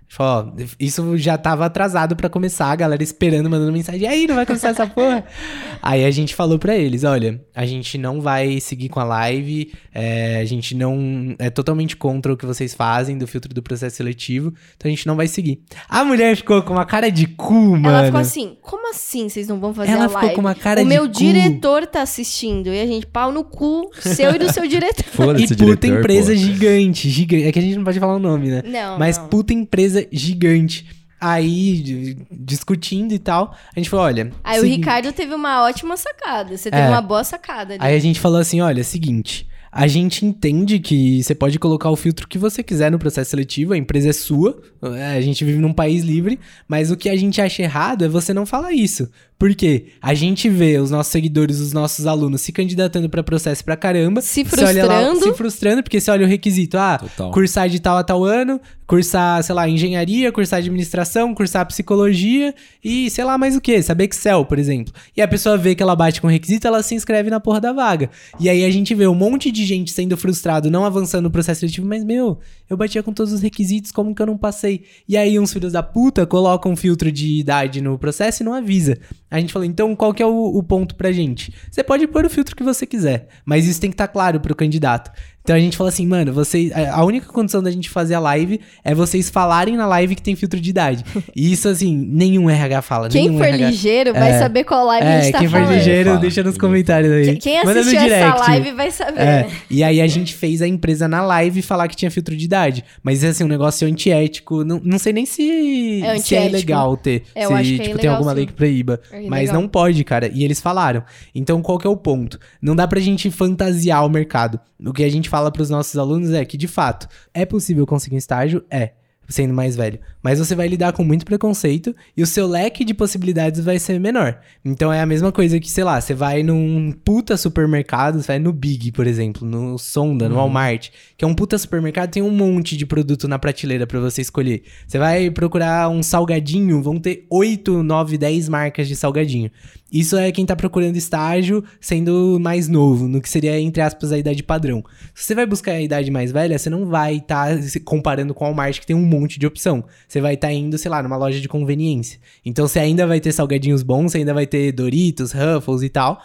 Falou, ó, isso já tava atrasado pra começar, a galera esperando, mandando mensagem. E aí, não vai começar essa porra? Aí a gente falou pra eles, olha, a gente não vai seguir com a live, é, a gente não... É totalmente contra o que vocês fazem do filtro do processo seletivo, então a gente não vai seguir. A mulher ficou com uma cara de cu, mano. Ela ficou assim, como assim vocês não vão fazer Ela a live? ficou com uma cara o de meu cu. diretor tá assistindo, e a gente, pau no cu, seu e do seu diretor. Foda-se, E puta diretor, empresa pô. gigante, gigante. É que a gente não pode falar o nome, né? Não, Mas não. puta empresa gigante. Aí, d- discutindo e tal, a gente falou, olha... Aí o seguinte- Ricardo teve uma ótima sacada, você teve É. uma boa sacada ali. Aí a gente falou assim, olha, seguinte, a gente entende que você pode colocar o filtro que você quiser no processo seletivo, a empresa é sua, a gente vive num país livre, mas o que a gente acha errado é você não falar isso. Por quê? A gente vê os nossos seguidores, os nossos alunos se candidatando pra processo pra caramba. Se Você olha lá, frustrando. se frustrando, porque você olha o requisito, ah, Total. cursar de tal a tal ano, cursar, sei lá, engenharia, cursar administração, cursar psicologia e sei lá mais o que, saber Excel, por exemplo. E a pessoa vê que ela bate com o requisito, ela se inscreve na porra da vaga. E aí a gente vê um monte de gente sendo frustrado, não avançando no processo seletivo, mas, meu, eu batia com todos os requisitos, como que eu não passei? E aí uns filhos da puta colocam um filtro de idade no processo e não avisa. A gente falou, então qual que é o, o ponto pra gente? Você pode pôr o filtro que você quiser, mas isso tem que estar claro pro candidato. Então a gente falou assim, mano, você, a única condição da gente fazer a live é vocês falarem na live que tem filtro de idade. E isso, assim, nenhum R H fala. Quem nenhum for R H... ligeiro vai É. saber qual live a É, gente tá quem for falando. ligeiro, Fala. deixa nos comentários aí. Quem Manda no assistiu essa direct. live vai saber. É, né? e aí a gente fez a empresa na live falar que tinha filtro de idade. Mas assim, um negócio antiético. Não, não sei nem se É se é antiético. legal ter. É, eu se acho que é tipo, tem ilegal, alguma lei sim. que proíba. É Mas ilegal. não pode, cara. E eles falaram. Então qual que é o ponto? Não dá pra gente fantasiar o mercado. O que a gente fala pros nossos alunos é que, de fato, é possível conseguir um estágio? É. Sendo mais velho. Mas você vai lidar com muito preconceito e o seu leque de possibilidades vai ser menor. Então é a mesma coisa que, sei lá, você vai num puta supermercado, você vai no Big, por exemplo, no Sonda, no Walmart, que é um puta supermercado, tem um monte de produto na prateleira pra você escolher. Você vai procurar um salgadinho, vão ter oito, nove, dez marcas de salgadinho. Isso é quem tá procurando estágio sendo mais novo, no que seria, entre aspas, a idade padrão. Se você vai buscar a idade mais velha, você não vai estar tá se comparando com o Walmart, que tem um monte de opção. Você vai estar tá indo, sei lá, numa loja de conveniência. Então você ainda vai ter salgadinhos bons, você ainda vai ter Doritos, Ruffles e tal,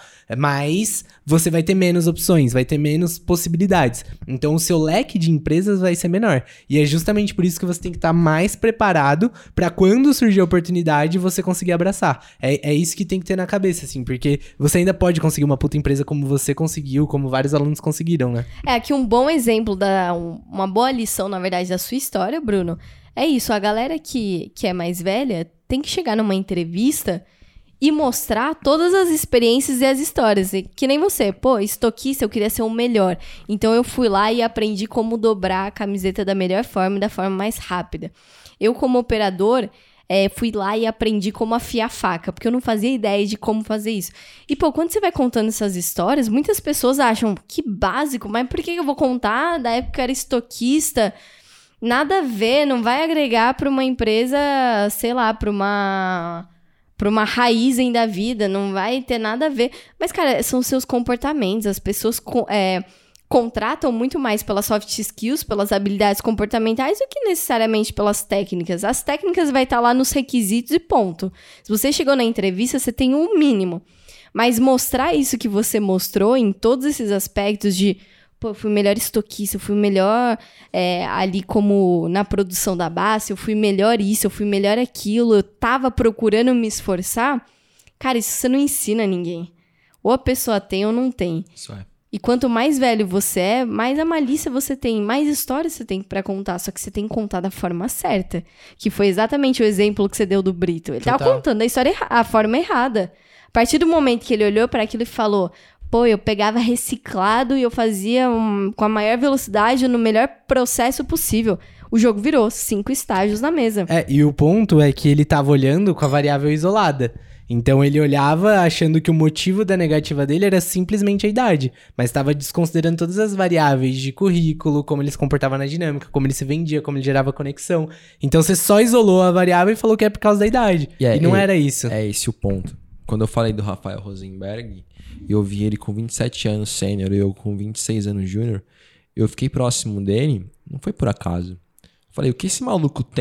mas você vai ter menos opções, vai ter menos possibilidades. Então o seu leque de empresas vai ser menor. E é justamente por isso que você tem que estar tá mais preparado para quando surgir a oportunidade você conseguir abraçar. É, é isso que tem que ter na cabeça, assim, porque você ainda pode conseguir uma puta empresa como você conseguiu, como vários alunos conseguiram, né? É, aqui um bom exemplo, da um- uma boa lição, na verdade, da sua história, Bruno, é isso, a galera que, que é mais velha tem que chegar numa entrevista e mostrar todas as experiências e as histórias. E que nem você, pô, estoquista, eu queria ser o melhor. Então eu fui lá e aprendi como dobrar a camiseta da melhor forma e da forma mais rápida. Eu, como operador, é, fui lá e aprendi como afiar a faca, porque eu não fazia ideia de como fazer isso. E, pô, quando você vai contando essas histórias, muitas pessoas acham que básico, mas por que eu vou contar? Da época eu era estoquista. Nada a ver, não vai agregar para uma empresa, sei lá, para uma para uma raiz da vida, não vai ter nada a ver. Mas, cara, são seus comportamentos, as pessoas co- é, contratam muito mais pelas soft skills, pelas habilidades comportamentais, do que necessariamente pelas técnicas. As técnicas vai estar lá nos requisitos e ponto. Se você chegou na entrevista, você tem um mínimo. Mas mostrar isso que você mostrou em todos esses aspectos de... Pô, eu fui melhor estoquista, eu fui melhor é, ali como na produção da base, eu fui melhor isso, eu fui melhor aquilo, eu tava procurando me esforçar. Cara, isso você não ensina a ninguém. Ou a pessoa tem ou não tem. Isso é. E quanto mais velho você é, mais a malícia você tem, mais história você tem pra contar. Só que você tem que contar da forma certa. Que foi exatamente o exemplo que você deu do Brito. Ele tava Total. contando a história, erra- a forma errada. A partir do momento que ele olhou pra aquilo e falou... Pô, eu pegava reciclado e eu fazia um, com a maior velocidade no melhor processo possível. O jogo virou cinco estágios na mesa. É, e o ponto é que ele tava olhando com a variável isolada. Então ele olhava achando que o motivo da negativa dele era simplesmente a idade, mas estava desconsiderando todas as variáveis de currículo, como ele se comportava na dinâmica, como ele se vendia, como ele gerava conexão. Então você só isolou a variável e falou que é por causa da idade. E é- e não e- era isso. É esse o ponto. Quando eu falei do Rafael Rosenberg, eu vi ele com vinte e sete anos sênior e eu com vinte e seis anos júnior, eu fiquei próximo dele, não foi por acaso. Eu falei, o que esse maluco tem?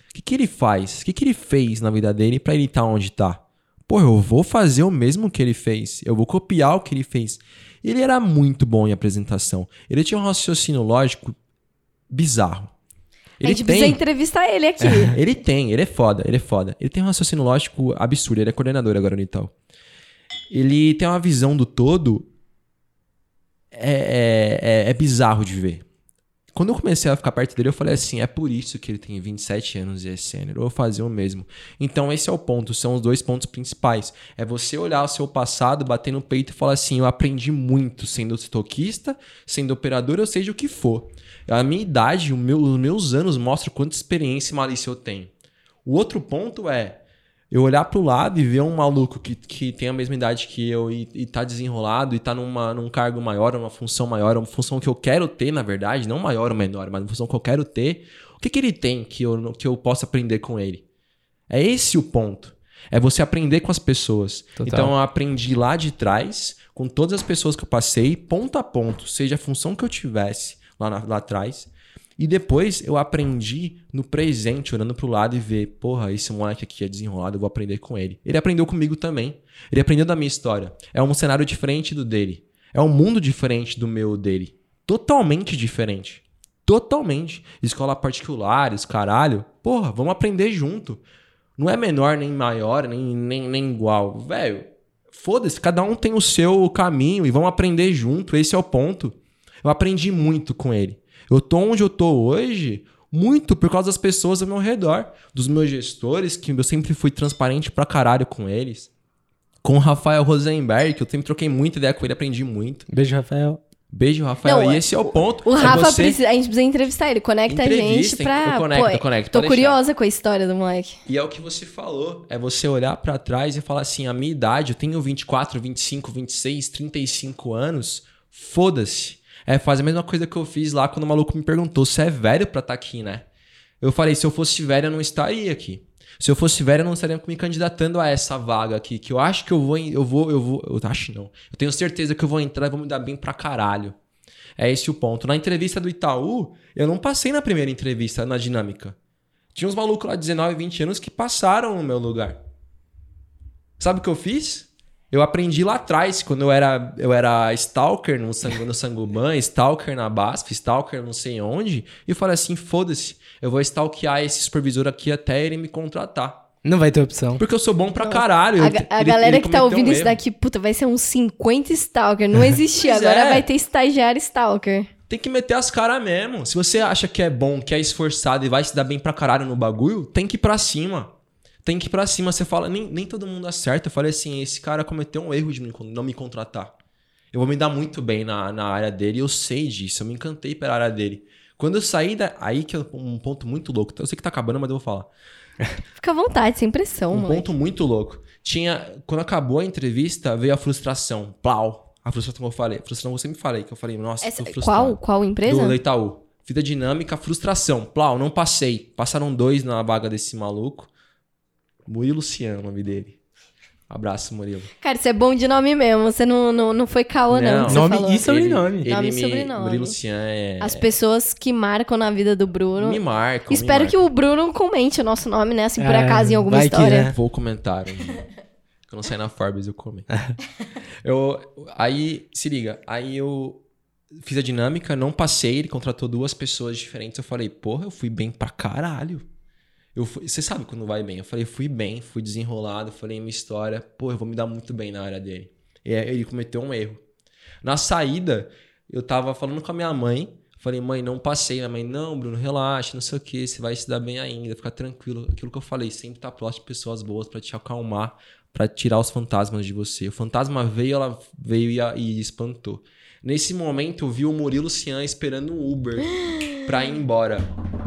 O que, que ele faz? O que, que ele fez na vida dele pra ele estar onde tá? Pô, eu vou fazer o mesmo que ele fez. Eu vou copiar o que ele fez. Ele era muito bom em apresentação. Ele tinha um raciocínio lógico bizarro. Ele a gente tem... precisa entrevistar ele aqui. ele tem, ele é foda, ele é foda. Ele tem um raciocínio lógico absurdo. Ele é coordenador agora no Itaú. Ele tem uma visão do todo... É, é, é bizarro de ver. Quando eu comecei a ficar perto dele, eu falei assim, é por isso que ele tem vinte e sete anos e é sênior, eu vou fazer o mesmo. Então esse é o ponto, são os dois pontos principais. É você olhar o seu passado, bater no peito e falar assim, eu aprendi muito sendo estoquista, sendo operador, ou seja o que for. A minha idade, o meu, os meus anos mostram quanta experiência e malícia eu tenho. O outro ponto é, eu olhar pro lado e ver um maluco que, que tem a mesma idade que eu e, e tá desenrolado e tá numa, num cargo maior, numa função maior, uma função que eu quero ter, na verdade, não maior ou menor, mas uma função que eu quero ter. O que, que ele tem que eu, que eu possa aprender com ele? É esse o ponto. É você aprender com as pessoas. Total. Então eu aprendi lá de trás, com todas as pessoas que eu passei, ponto a ponto, seja a função que eu tivesse lá, na, lá atrás. E depois eu aprendi no presente, olhando pro lado e ver, porra, esse moleque aqui é desenrolado, eu vou aprender com ele. Ele aprendeu comigo também. Ele aprendeu da minha história. É um cenário diferente do dele. É um mundo diferente do meu dele. Totalmente diferente. Totalmente. Escola particulares, caralho. Porra, vamos aprender junto. Não é menor, nem maior, nem, nem, nem igual. Velho, foda-se, cada um tem o seu caminho e vamos aprender junto. Esse é o ponto. Eu aprendi muito com ele. Eu tô onde eu tô hoje muito por causa das pessoas ao meu redor. Dos meus gestores, que eu sempre fui transparente pra caralho com eles. Com o Rafael Rosenberg, que eu sempre troquei muita ideia com ele, aprendi muito. Beijo, Rafael. Beijo, Rafael. Não, e esse é o ponto. O é Rafa, você... precisa, a gente precisa entrevistar ele. Conecta a gente Entrevistem, pra... eu conecto, Pô, eu conecto, tô pode curiosa deixar. com a história do moleque. E é o que você falou. É você olhar pra trás e falar assim, a minha idade, eu tenho vinte e quatro, vinte e cinco, vinte e seis, trinta e cinco anos. Foda-se. É fazer a mesma coisa que eu fiz lá quando o maluco me perguntou, você é velho pra estar aqui, né? Eu falei, se eu fosse velho, eu não estaria aqui. Se eu fosse velho, eu não estaria me candidatando a essa vaga aqui, que eu acho que eu vou, eu vou, eu vou, eu acho não. Eu tenho certeza que eu vou entrar e vou me dar bem pra caralho. É esse o ponto. Na entrevista do Itaú, eu não passei na primeira entrevista, na dinâmica. Tinha uns malucos lá de dezenove, vinte anos que passaram no meu lugar. Sabe o que eu fiz? Eu aprendi lá atrás, quando eu era, eu era stalker no, Sang, no Sangoban, stalker na BASF, stalker não sei onde, e eu falei assim, foda-se, eu vou stalkear esse supervisor aqui até ele me contratar. Não vai ter opção. Porque eu sou bom pra caralho. A, Eu, a ele, galera ele que tá cometeu ouvindo um isso erro. daqui, puta, vai ser uns cinquenta stalker. Não existia, Pois agora é. vai ter estagiário stalker. Tem que meter as caras mesmo. Se você acha que é bom, que é esforçado e vai se dar bem pra caralho no bagulho, tem que ir pra cima. Tem que ir pra cima. Você fala, nem, nem todo mundo acerta. Eu falei assim, esse cara cometeu um erro de me- não me contratar. Eu vou me dar muito bem na, na área dele. Eu sei disso. Eu me encantei pela área dele. Quando eu saí da... Aí que é um ponto muito louco. Eu sei que tá acabando, mas eu vou falar. Fica à vontade, sem pressão, Um mano. ponto muito louco. Tinha... Quando acabou a entrevista, veio a frustração. Plau. A frustração que eu falei. A frustração que eu sempre falei. Que eu falei, nossa, Essa- tô frustrado. qual, qual empresa? Do, do Itaú. Vida dinâmica, frustração. Plau, não passei. Passaram dois na vaga desse maluco. Murilo Cian, o nome dele. Abraço, Murilo. Cara, isso é bom de nome mesmo. Você não, não, não foi caô, não. Não. que você Nome falou. e sobrenome. Ele, Nome ele e me, sobrenome. Murilo Cian é... As pessoas que marcam na vida do Bruno. Me marcam, Espero me que o Bruno comente o nosso nome, né? Assim, por É, acaso, em alguma vai que, história. né? Vou comentar um dia. Quando sair na Forbes, eu comento. eu, aí, se liga. Aí eu fiz a dinâmica, não passei. Ele contratou duas pessoas diferentes. Eu falei, porra, eu fui bem pra caralho. Eu fui, você sabe quando vai bem. Eu falei, fui bem, fui desenrolado. Falei minha história. Pô, eu vou me dar muito bem na área dele. E aí ele cometeu um erro. Na saída, eu tava falando com a minha mãe. Falei, mãe, não passei. Minha mãe, não, Bruno, relaxa, não sei o que. Você vai se dar bem ainda, fica tranquilo. Aquilo que eu falei, sempre tá próximo de pessoas boas pra te acalmar, pra tirar os fantasmas de você. O fantasma veio, ela veio e, a- e espantou. Nesse momento, eu vi o Murilo Cian esperando um Uber pra ir embora.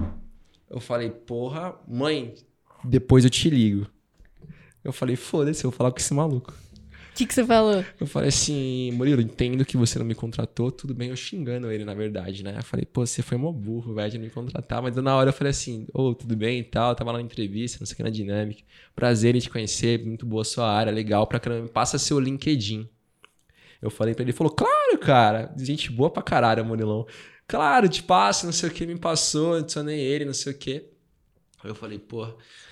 Eu falei, porra, mãe, depois eu te ligo. Eu falei, foda-se, eu vou falar com esse maluco. O que, que você falou? Eu falei assim, Murilo, entendo que você não me contratou, tudo bem, eu xingando ele, na verdade, né? Eu falei, pô, você foi mó burro, velho, de não me contratar. Mas na hora eu falei assim, ô, tudo bem e tal, eu tava lá na entrevista, não sei o que, na dinâmica. Prazer em te conhecer, muito boa a sua área, legal, pra caramba, passa seu LinkedIn. Eu falei pra ele, ele falou, claro, cara, gente boa pra caralho, Murilão. Claro, te passa, não sei o que, me passou, adicionei ele, não sei o que. Aí eu falei, pô,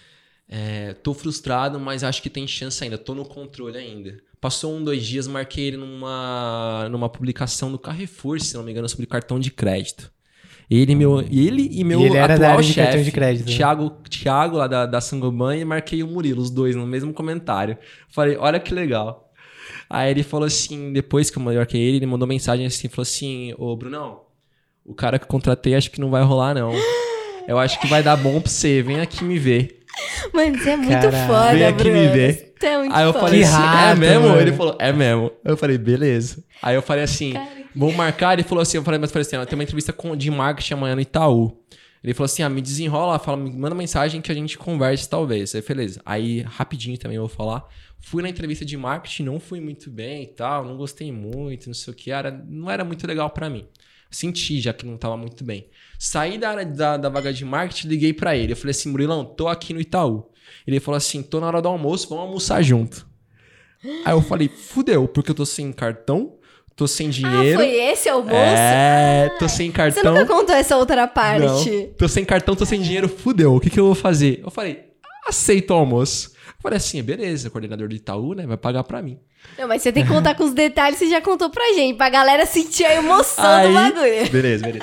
é, tô frustrado, mas acho que tem chance ainda, tô no controle ainda. Passou um, dois dias, marquei ele numa, numa publicação do Carrefour, se não me engano, sobre cartão de crédito. Ele, meu, ele e meu E ele era da atual área de cartão chefe, de crédito, né? Thiago, Thiago lá da, da Sangoban, e marquei o Murilo, os dois, no mesmo comentário. Falei, olha que legal. Aí ele falou assim, depois que eu marquei ele, ele mandou mensagem assim, falou assim, ô Brunão, o cara que eu contratei acho que não vai rolar não. Eu acho que vai dar bom pra você, vem aqui me ver. Mano, você é muito Caralho. foda, Vem aqui Bruno. me ver. Você é muito Aí eu foda. falei Que assim, rato, é mesmo? mano. Ele falou, é mesmo. Eu falei, beleza. Aí eu falei assim, Cara. vamos marcar? Ele falou assim, eu falei, mas eu falei assim, ó, tem uma entrevista com, de marketing amanhã no Itaú. Ele falou assim, ah, me desenrola, fala, me manda mensagem que a gente converse talvez. Aí, beleza. Aí, rapidinho também eu vou falar. Fui na entrevista de marketing, não fui muito bem e tal, não gostei muito, não sei o que, era, não era muito legal pra mim. Senti já que não tava muito bem. Saí da área da, da vaga de marketing, liguei pra ele. Eu falei assim, Murilão, tô aqui no Itaú. Ele falou assim, tô na hora do almoço, vamos almoçar junto. Aí eu falei, fudeu, porque eu tô sem cartão, tô sem dinheiro. Ah, foi esse almoço? É, tô sem cartão. Você nunca contou essa outra parte. Não, tô sem cartão, tô sem dinheiro, fudeu, o que que eu vou fazer? Eu falei, aceito o almoço. Eu falei assim, beleza, coordenador do Itaú, né, vai pagar pra mim. Não, mas você tem que contar com os detalhes que você já contou pra gente, pra galera sentir a emoção Aí, do bagulho. Beleza, beleza.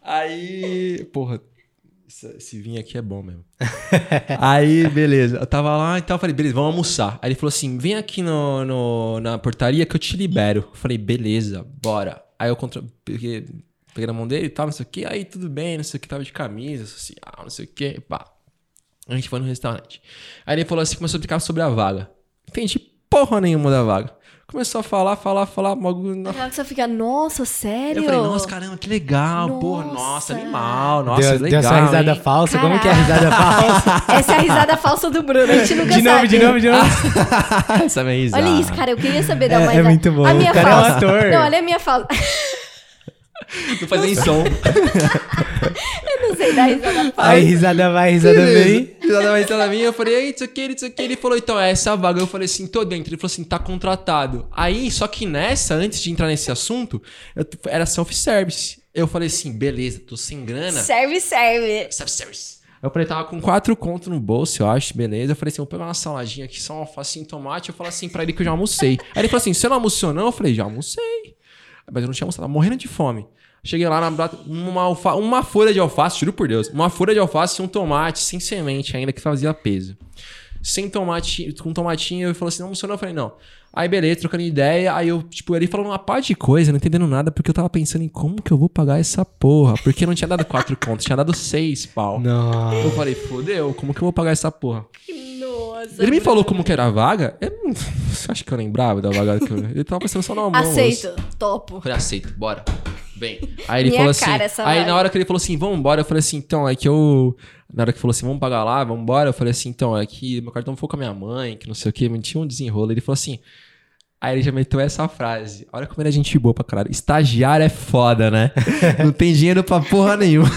Aí, porra, esse, esse vinho aqui é bom mesmo. Aí, beleza, eu tava lá e tal, eu falei, beleza, vamos almoçar. Aí ele falou assim, vem aqui no, no, na portaria que eu te libero. Eu falei, beleza, bora. Aí eu contra... peguei, peguei na mão dele e tal, não sei o que, aí tudo bem, não sei o que, tava de camisa, social, não sei o que, pá. A gente foi no restaurante. Aí ele falou assim, começou a explicar sobre a vaga. Entendi porra nenhuma da vaga. Começou a falar, falar, falar. Bagulho... Aí você fica, nossa, sério? Eu falei, nossa, caramba, que legal. Nossa. Porra, nossa, animal. Nossa, Deu, legal, deu essa risada hein? falsa? Caraca. Como que é a risada falsa? Essa é a risada falsa do Bruno, a gente nunca De novo, sabe. de novo, de novo. Essa é a minha risada. Olha isso, cara, eu queria saber da É- mais... é muito bom. A minha O cara é um falsa. ator. Não, olha a minha falsa. Não faz nem som. Eu não sei dar risada falsa. Aí risada vai, risada vem. Risada vai, risada minha. Eu falei, ei, isso aqui, isso aqui. Ele falou, então, é essa a vaga. Eu falei assim, tô dentro. Ele falou assim, tá contratado. Aí, só que nessa, antes de entrar nesse assunto, eu, era self-service. Eu falei assim, beleza, tô sem grana. Serve, serve. Self-service. Eu falei, tava com quatro contos no bolso, eu acho, beleza. Eu falei assim, vou pegar uma saladinha aqui, só um alface e tomate. Eu falei assim pra ele que eu já almocei. Aí ele falou assim, você não almoçou não? Eu falei, já almocei. Mas eu não tinha almoçado, tava morrendo de fome. Cheguei lá, na uma, alfa, uma folha de alface, juro por Deus. Uma folha de alface e um tomate, sem semente ainda, que fazia peso. Sem tomate, com tomatinho, eu falei assim, não almoçou não? Eu falei, não. Aí beleza, trocando ideia, aí eu, tipo, ele falando uma parte de coisa, não entendendo nada, porque eu tava pensando em como que eu vou pagar essa porra. Porque não tinha dado quatro contos, tinha dado seis pau. Nossa. Eu falei, fodeu, como que eu vou pagar essa porra? Nossa. Ele me Bruno. falou como que era a vaga, eu não... Você acha que eu lembrava da vaga? Que eu... Ele tava pensando só no almoço. Aceito, topo. Eu falei, aceito, bora. Bem. Aí ele Minha falou assim. cara, essa Aí vaga. na hora que ele falou assim, vamos embora, eu falei assim, então, é que eu. Na hora que falou assim, vamos pagar lá, vamos embora, eu falei assim, então, é que meu cartão foi com a minha mãe, que não sei o que, tinha um desenrolo. Ele falou assim. Aí ele já meteu essa frase. Olha como ele é gente boa pra caralho. Estagiário é foda, né? Não tem dinheiro pra porra nenhuma.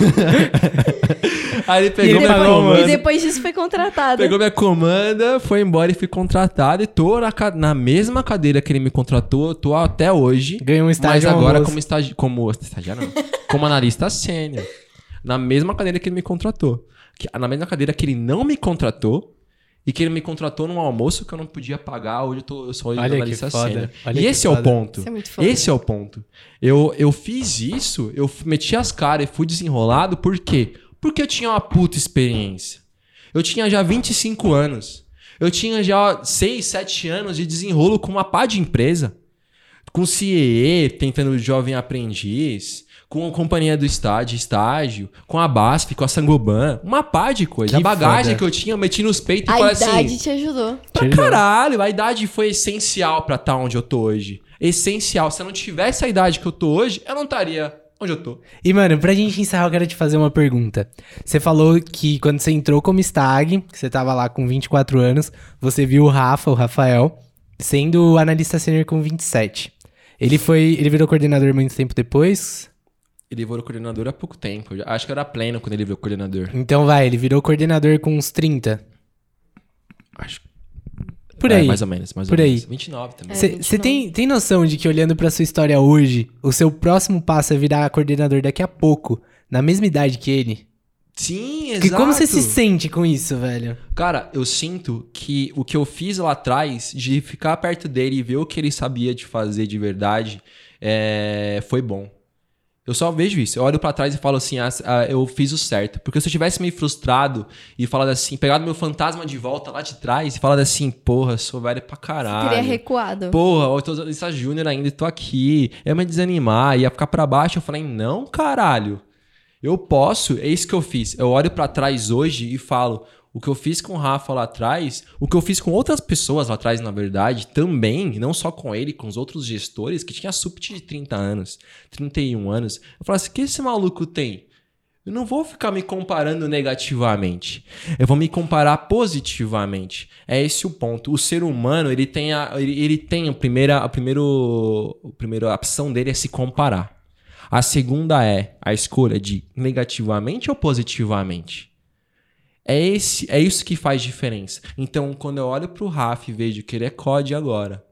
Aí ele pegou E ele minha pagou, comanda. E depois disso foi contratado. Pegou minha comanda, foi embora e fui contratado. E tô na, ca- na mesma cadeira que ele me contratou, tô até hoje. Ganhou um estágio Mas um agora almoço. como estágio... Como estagiário não. Como analista sênior. Na mesma cadeira que ele me contratou. Que- na mesma cadeira que ele não me contratou. E que ele me contratou num almoço que eu não podia pagar. Hoje eu, tô, eu sou hoje Olha que analista foda. sênior. Olha E que esse é o foda. ponto. Isso é muito foda. Esse é o ponto. Eu, eu fiz isso, eu f- meti as caras e fui desenrolado. Por quê? Porque eu tinha uma puta experiência. Eu tinha já vinte e cinco anos. Eu tinha já seis, sete anos de desenrolo com uma pá de empresa. Com C E E, tentando jovem aprendiz. Com a companhia do estágio, estágio. Com a BASF, com a Sangoban. Uma pá de coisa. Que a bagagem foda. que eu tinha, eu meti nos peitos e A falei idade assim... te ajudou. Pra Tira- caralho, a idade foi essencial pra estar onde eu tô hoje. Essencial. Se eu não tivesse a idade que eu tô hoje, eu não estaria onde eu tô. E, mano, pra gente encerrar, eu quero te fazer uma pergunta. Você falou que quando você entrou como stag, que você tava lá com vinte e quatro anos, você viu o Rafa, o Rafael, sendo analista sênior com vinte e sete. Ele foi, ele virou coordenador muito tempo depois? Ele virou coordenador há pouco tempo. Eu já- acho que eu era pleno quando ele virou coordenador. Então vai, ele virou coordenador com uns trinta. Acho Por é, aí. mais ou menos, mais Por ou aí. menos. vinte e nove também. É. Você vinte e nove. tem, tem noção de que olhando pra sua história hoje, o seu próximo passo é virar coordenador daqui a pouco, na mesma idade que ele? Sim, exato. Porque como você se sente com isso, velho? Cara, eu sinto que o que eu fiz lá atrás, de ficar perto dele e ver o que ele sabia de fazer de verdade, é... foi bom. Eu só vejo isso. Eu olho pra trás e falo assim, ah, ah, eu fiz o certo. Porque se eu tivesse meio frustrado e falado assim, pegado meu fantasma de volta lá de trás e falado assim, porra, sou velho pra caralho. Você teria recuado. Porra, eu tô essa júnior ainda e tô aqui. Eu ia me desanimar, ia ficar pra baixo. Eu falei, não, caralho. Eu posso, é isso que eu fiz. Eu olho pra trás hoje e falo, o que eu fiz com o Rafa lá atrás, o que eu fiz com outras pessoas lá atrás, na verdade, também, não só com ele, com os outros gestores, que tinha supt de trinta anos, trinta e um anos. Eu falo assim, o que esse maluco tem? Eu não vou ficar me comparando negativamente. Eu vou me comparar positivamente. É esse o ponto. O ser humano, ele tem a, ele, ele tem a primeira, a primeiro, a primeira opção dele é se comparar. A segunda é a escolha de negativamente ou positivamente. É, esse, é isso que faz diferença. Então, quando eu olho pro Rafa e vejo que ele é C O D agora,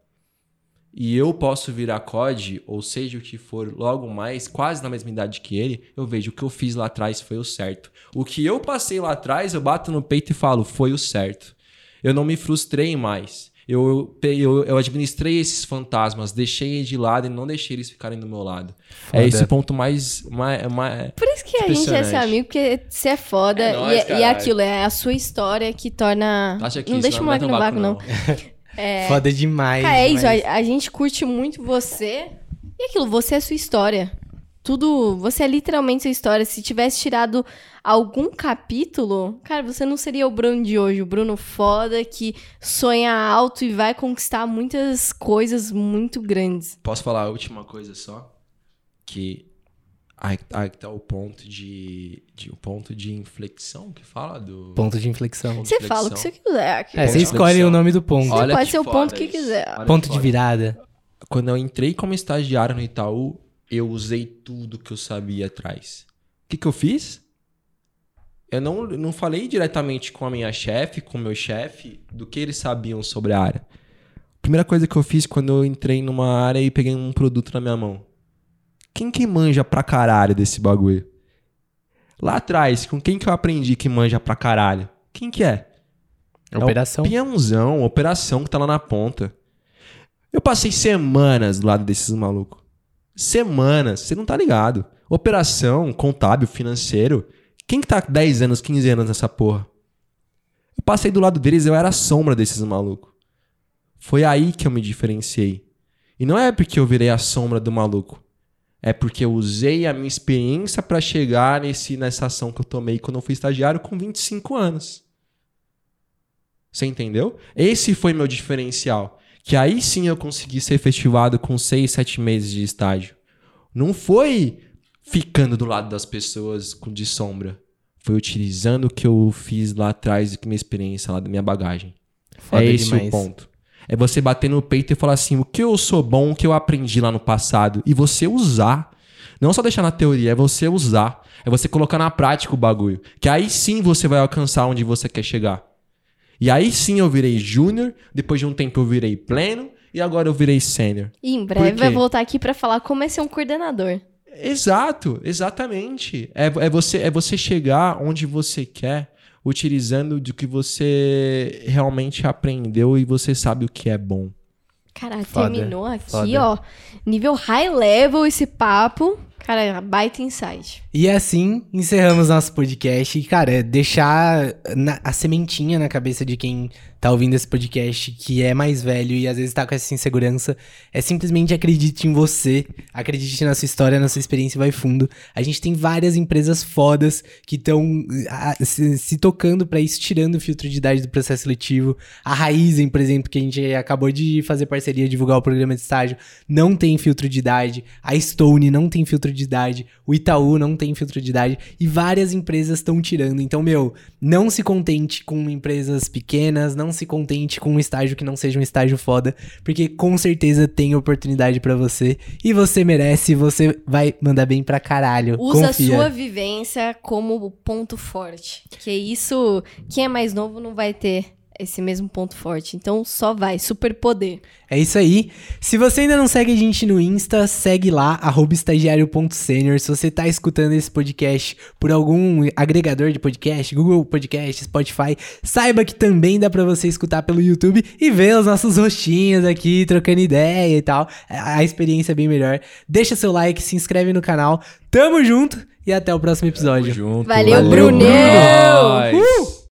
e eu posso virar C O D, ou seja o que for, logo mais, quase na mesma idade que ele, eu vejo o que eu fiz lá atrás foi o certo. O que eu passei lá atrás, eu bato no peito e falo, foi o certo. Eu não me frustrei mais. Eu, eu, eu administrei esses fantasmas, deixei de lado e não deixei eles ficarem do meu lado. Foda. É esse o ponto mais, mais, mais Por isso que a gente é seu amigo, porque você é foda. É nóis, e, e é aquilo, é a sua história que torna... Acha que não isso, deixa o moleque no vácuo, não. É... Foda demais. Cara, é demais. isso, a, a gente curte muito você. E aquilo, você é sua história. Tudo, você é literalmente sua história. Se tivesse tirado algum capítulo, cara, você não seria o Bruno de hoje. O Bruno foda, que sonha alto e vai conquistar muitas coisas muito grandes. Posso falar a última coisa só? Que aí, aí tá o ponto de, de... O ponto de inflexão que fala do... Ponto de inflexão. Ponto de você fala o que você quiser. É, você escolhe o nome do ponto. Olha, pode ser o ponto que quiser. Olha ponto de virada. Quando eu entrei como estagiário no Itaú, eu usei tudo que eu sabia atrás. O que, que eu fiz? Eu não, não falei diretamente com a minha chefe, com o meu chefe, do que eles sabiam sobre a área. A primeira coisa que eu fiz quando eu entrei numa área e peguei um produto na minha mão. Quem que manja pra caralho desse bagulho? Lá atrás, com quem que eu aprendi que manja pra caralho? Quem que é? Operação. É o peãozão, operação que tá lá na ponta. Eu passei semanas do lado desses malucos. Semanas, você não tá ligado. Operação, contábil, financeiro. Quem que tá dez anos, quinze anos nessa porra? Eu passei do lado deles, eu era a sombra desses malucos. Foi aí que eu me diferenciei. E não é porque eu virei a sombra do maluco. É porque eu usei a minha experiência pra chegar nesse, nessa ação que eu tomei quando eu fui estagiário com vinte e cinco anos. Você entendeu? Esse foi meu diferencial. Que aí sim eu consegui ser efetivado com seis, sete meses de estágio. Não foi ficando do lado das pessoas de sombra. Foi utilizando o que eu fiz lá atrás, que minha experiência lá da minha bagagem. Foda é esse demais. O ponto. É você bater no peito e falar assim, o que eu sou bom, o que eu aprendi lá no passado. E você usar. Não só deixar na teoria, é você usar. É você colocar na prática o bagulho. Que aí sim você vai alcançar onde você quer chegar. E aí sim eu virei júnior, depois de um tempo eu virei pleno e agora eu virei sênior. E em breve vai voltar aqui pra falar como é ser um coordenador. Exato, exatamente. É, é, você, é você chegar onde você quer, utilizando do que você realmente aprendeu e você sabe o que é bom. Cara, foda, terminou aqui, foda. Ó, nível high level esse papo. Cara, baita insight. E assim, encerramos nosso podcast. E, cara, deixar na, a sementinha na cabeça de quem tá ouvindo esse podcast, que é mais velho e às vezes tá com essa insegurança, é simplesmente acredite em você, acredite na sua história, na sua experiência e vai fundo. A gente tem várias empresas fodas que estão se, se tocando pra isso, tirando o filtro de idade do processo seletivo. A Raizen, por exemplo, que a gente acabou de fazer parceria, divulgar o programa de estágio, não tem filtro de idade. A Stone não tem filtro de idade. O Itaú não tem filtro de idade. E várias empresas estão tirando. Então, meu, não se contente com empresas pequenas, não se contente com um estágio que não seja um estágio foda, porque com certeza tem oportunidade pra você e você merece, você vai mandar bem pra caralho. Usa confia. A sua vivência como ponto forte, que isso, quem é mais novo não vai ter esse mesmo ponto forte. Então, só vai, super poder. É isso aí. Se você ainda não segue a gente no Insta, segue lá, arroba estagiário ponto sênior. Se você tá escutando esse podcast por algum agregador de podcast, Google Podcast, Spotify, saiba que também dá pra você escutar pelo YouTube e ver os nossos rostinhos aqui, trocando ideia e tal. A experiência é bem melhor. Deixa seu like, se inscreve no canal. Tamo junto e até o próximo episódio. Tamo junto. Valeu, Valeu, Brunão! Bruno. Uh!